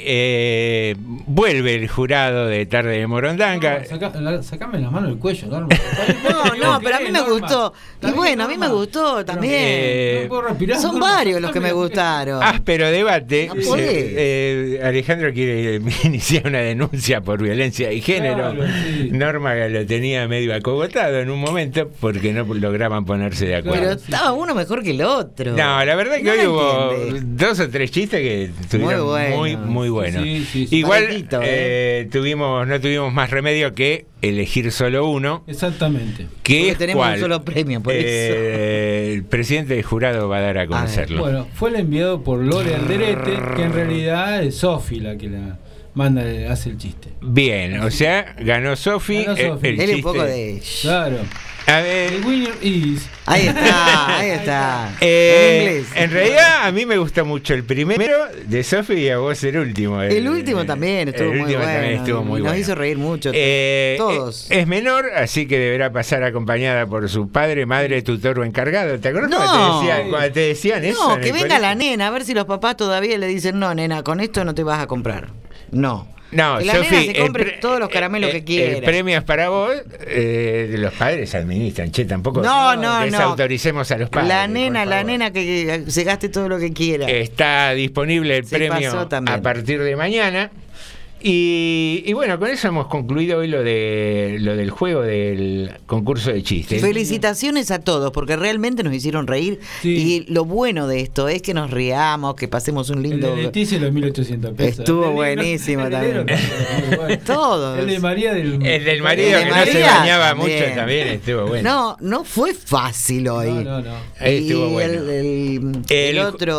vuelve el jurado de Tarde de Morondanga. Sacame la mano del cuello, Norma. No, pero a mí me gustó. Y bueno, a mí me gustó también. No puedo respirar, Son Norma, varios los que me gustaron. Áspero debate. No podés. Alejandro quiere iniciar una denuncia por violencia de género. Claro, sí. Norma lo tenía medio acogotado en un momento porque no lograban ponerse de acuerdo. Pero estaba uno mejor que el otro. No, la verdad que hoy hubo 2 o 3 chistes que estuvieron muy buenos. Sí. Igual no tuvimos más remedio que elegir solo uno. Exactamente. Que porque es tenemos cuál. un solo premio, por eso. El presidente del jurado va a dar a conocerlo. Bueno, fue el enviado por Lore Alderete, que en realidad es Sofi la que la manda, hace el chiste. Bien, o sea, ganó Sofi. El Él chiste. un poco de... Claro. A ver. El winner is. Ahí está. En inglés. En realidad, a mí me gusta mucho el primero de Sofi y a vos el último. El último también estuvo muy bueno. También estuvo muy Nos bueno. hizo reír mucho. Todos. Es menor, así que deberá pasar acompañada por su padre, madre, tutor o encargado. ¿Te acuerdas cuando te decían eso? No, en que el venga colegio? la nena, a ver si los papás todavía le dicen, no, nena, con esto no te vas a comprar. No. No, que la Sofi, nena se compre todos los caramelos que quiera. El premio es para vos, los padres administran, tampoco No. desautoricemos a los padres. La nena que se gaste todo lo que quiera. Está disponible el Se premio pasó también. a partir de mañana. Y bueno, con eso hemos concluido hoy lo del juego del concurso de chistes. Felicitaciones a todos, porque realmente nos hicieron reír. Y lo bueno de esto es que nos riamos, que pasemos un lindo... El de Leticia, los 1.800 pesos. Estuvo buenísimo también. Todos. El de María El del marido que no se bañaba mucho también estuvo bueno. No fue fácil hoy. No. Ahí estuvo bueno. El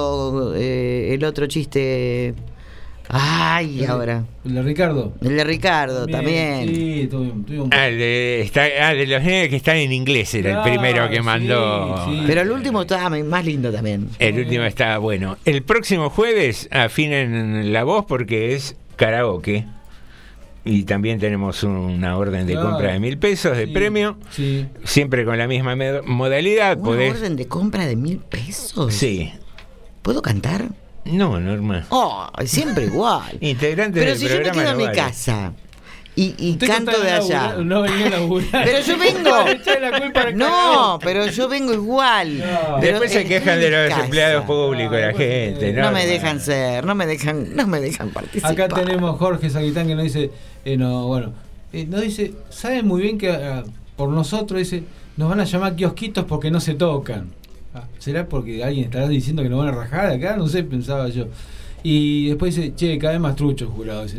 otro chiste... Ay, ahora. El de Ricardo. El de Ricardo también. Sí, tuvimos. De los nenes que están en inglés era el primero que mandó. Sí. Pero el último estaba más lindo también. El último estaba bueno. El próximo jueves afinen la voz porque es karaoke. y también tenemos una orden de compra de 1.000 pesos de premio, siempre con la misma modalidad. ¿Una orden de compra de 1.000 pesos? Sí. ¿Puedo cantar? No, Norma. Oh, siempre igual. Integrante Pero del si yo me programa quedo en mi no vale. casa y canto de allá. No venía a laburar. Pero yo vengo. No, pero yo vengo igual. No. Pero Después se quejan de los casa. empleados públicos, la gente. No me dejan ser, no me dejan participar. Acá tenemos Jorge Saguitán que nos dice, nos dice, saben muy bien que por nosotros, dice, nos van a llamar kiosquitos porque no se tocan. ¿Será porque alguien estará diciendo que nos van a rajar acá? No sé, pensaba yo. Y después dice, che, cada vez más trucho, jurado. Dice,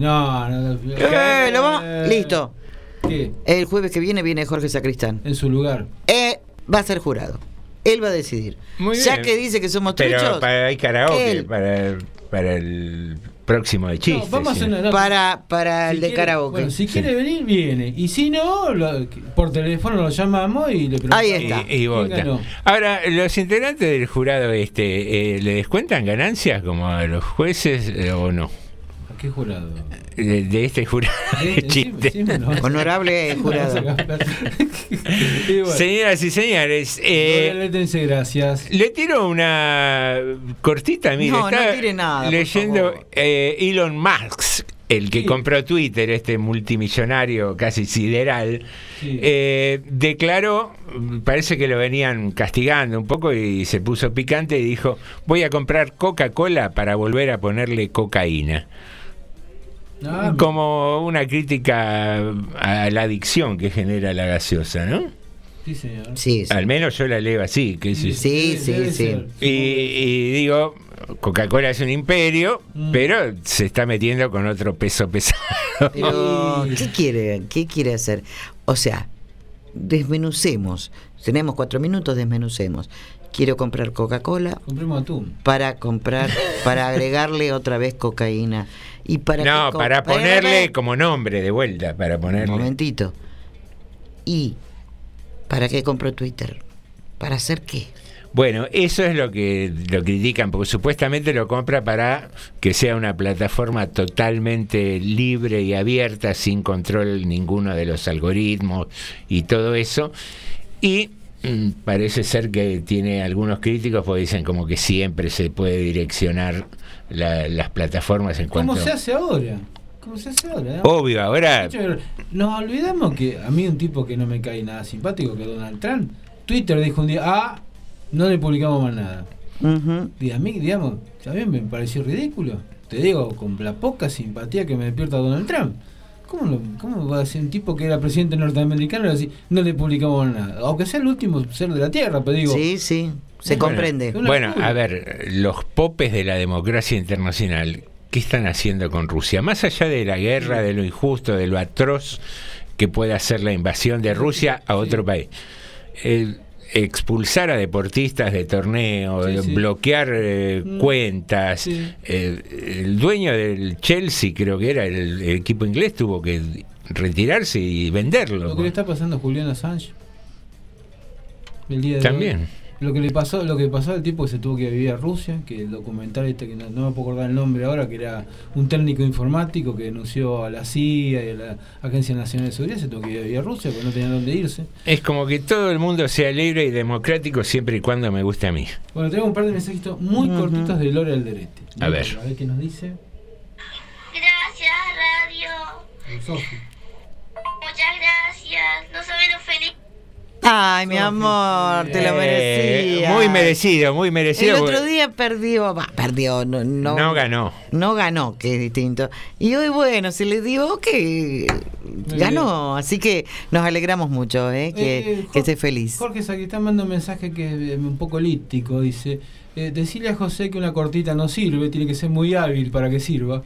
listo. ¿Qué? El jueves que viene Jorge Sacristán. En su lugar. Va a ser jurado. Él va a decidir. Muy ya bien. que dice que somos Pero truchos. hay karaoke para el próximo de chistes. Vamos a hacer una para el de karaoke. Bueno, si quiere venir, viene. Y si no, por teléfono lo llamamos y le preguntamos. Ahí está. Y vota. ganó? Ahora, los integrantes del jurado ¿le descuentan ganancias como a los jueces o no? ¿A qué jurado? De este jurado de chistes. Honorable jurado. Señoras y señores, gracias. Le tiro una cortita, mire, No está tire nada, leyendo Elon Musk, el que compró Twitter, este multimillonario casi sideral, declaró, parece que lo venían castigando un poco y se puso picante y dijo, voy a comprar Coca-Cola para volver a ponerle cocaína. Como una crítica a la adicción que genera la gaseosa, ¿no? Sí, señor. Sí. Al menos yo la leo así. Sí. Y digo, Coca-Cola es un imperio, pero se está metiendo con otro peso pesado. Pero, ¿qué quiere hacer? O sea, desmenucemos. Tenemos 4 minutos, desmenucemos. Quiero comprar Coca-Cola. Compremos atún. Para agregarle otra vez cocaína. Y para ponerle como nombre de vuelta, para ponerle. Un momentito. ¿Y para qué compró Twitter? ¿Para hacer qué? Bueno, eso es lo que lo critican, porque supuestamente lo compra para que sea una plataforma totalmente libre y abierta, sin control ninguno de los algoritmos y todo eso. Y parece ser que tiene algunos críticos, porque dicen como que siempre se puede direccionar las plataformas en cuanto... ¿Cómo se hace ahora? Obvio, ahora... Nos olvidamos que a mí un tipo que no me cae nada simpático, que Donald Trump, Twitter dijo un día, no le publicamos más nada. Y a mí, digamos, también me pareció ridículo. Te digo, con la poca simpatía que me despierta Donald Trump. ¿Cómo va a ser un tipo que era presidente norteamericano y decir, no le publicamos nada? Aunque sea el último ser de la Tierra, pero digo... Sí, se comprende. Bueno, a ver, los popes de la democracia internacional, ¿qué están haciendo con Rusia? Más allá de la guerra, de lo injusto, de lo atroz que puede hacer la invasión de Rusia a otro país. Expulsar a deportistas de torneo, bloquear cuentas. El dueño del Chelsea, creo que era el equipo inglés, tuvo que retirarse y venderlo. Lo que le está pasando a Julian Assange el día de también hoy. Lo que pasó al tipo que se tuvo que vivir a Rusia, que el documental que no me puedo acordar el nombre ahora, que era un técnico informático que denunció a la CIA y a la Agencia Nacional de Seguridad, se tuvo que vivir a Rusia porque no tenía dónde irse. Es como que todo el mundo sea libre y democrático siempre y cuando me guste a mí. Bueno, tengo un par de mensajitos muy cortitos de Lore Alderete. A ver qué nos dice. Gracias, radio. Sofi. Muchas gracias. No saben lo feliz. Ay, mi amor, te lo merecías. Muy merecido. El otro día perdió, no ganó. No ganó, que es distinto. Y hoy, bueno, se le dio que ganó. Así que nos alegramos mucho, que esté feliz. Jorge Sacristán manda un mensaje que es un poco elíptico. Dice, decirle a José que una cortita no sirve, tiene que ser muy hábil para que sirva.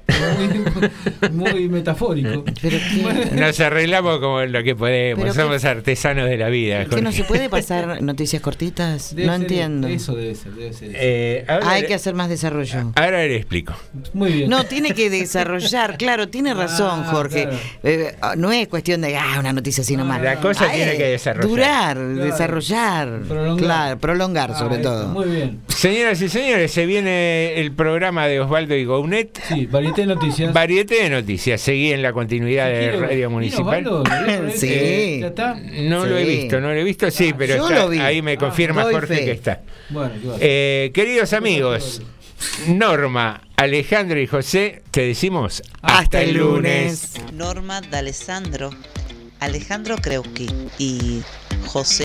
Muy metafórico. Nos arreglamos como lo que podemos. Somos artesanos de la vida. ¿Que no se puede pasar noticias cortitas? No entiendo. Eso debe ser. Hay que hacer más desarrollo. Ahora le explico. Muy bien. No, tiene que desarrollar. Claro, tiene razón, Jorge. Claro. No es cuestión de una noticia así nomás. La cosa tiene que desarrollar. Desarrollar. Prolongar sobre todo. Muy bien. Señoras y señores, se viene el programa de Osvaldo y Gounet. Sí, Varieté Noticias. Varieté de Noticias. Seguí en la continuidad de Radio Municipal. Sí. ¿Ya está? No lo he visto, sí, pero yo está, lo vi. ahí me confirma doy Jorge fe. que está. Bueno, ¿qué queridos amigos, Norma, Alejandro y José, te decimos hasta el lunes. Norma D'Alessandro, Alejandro Kreuski y José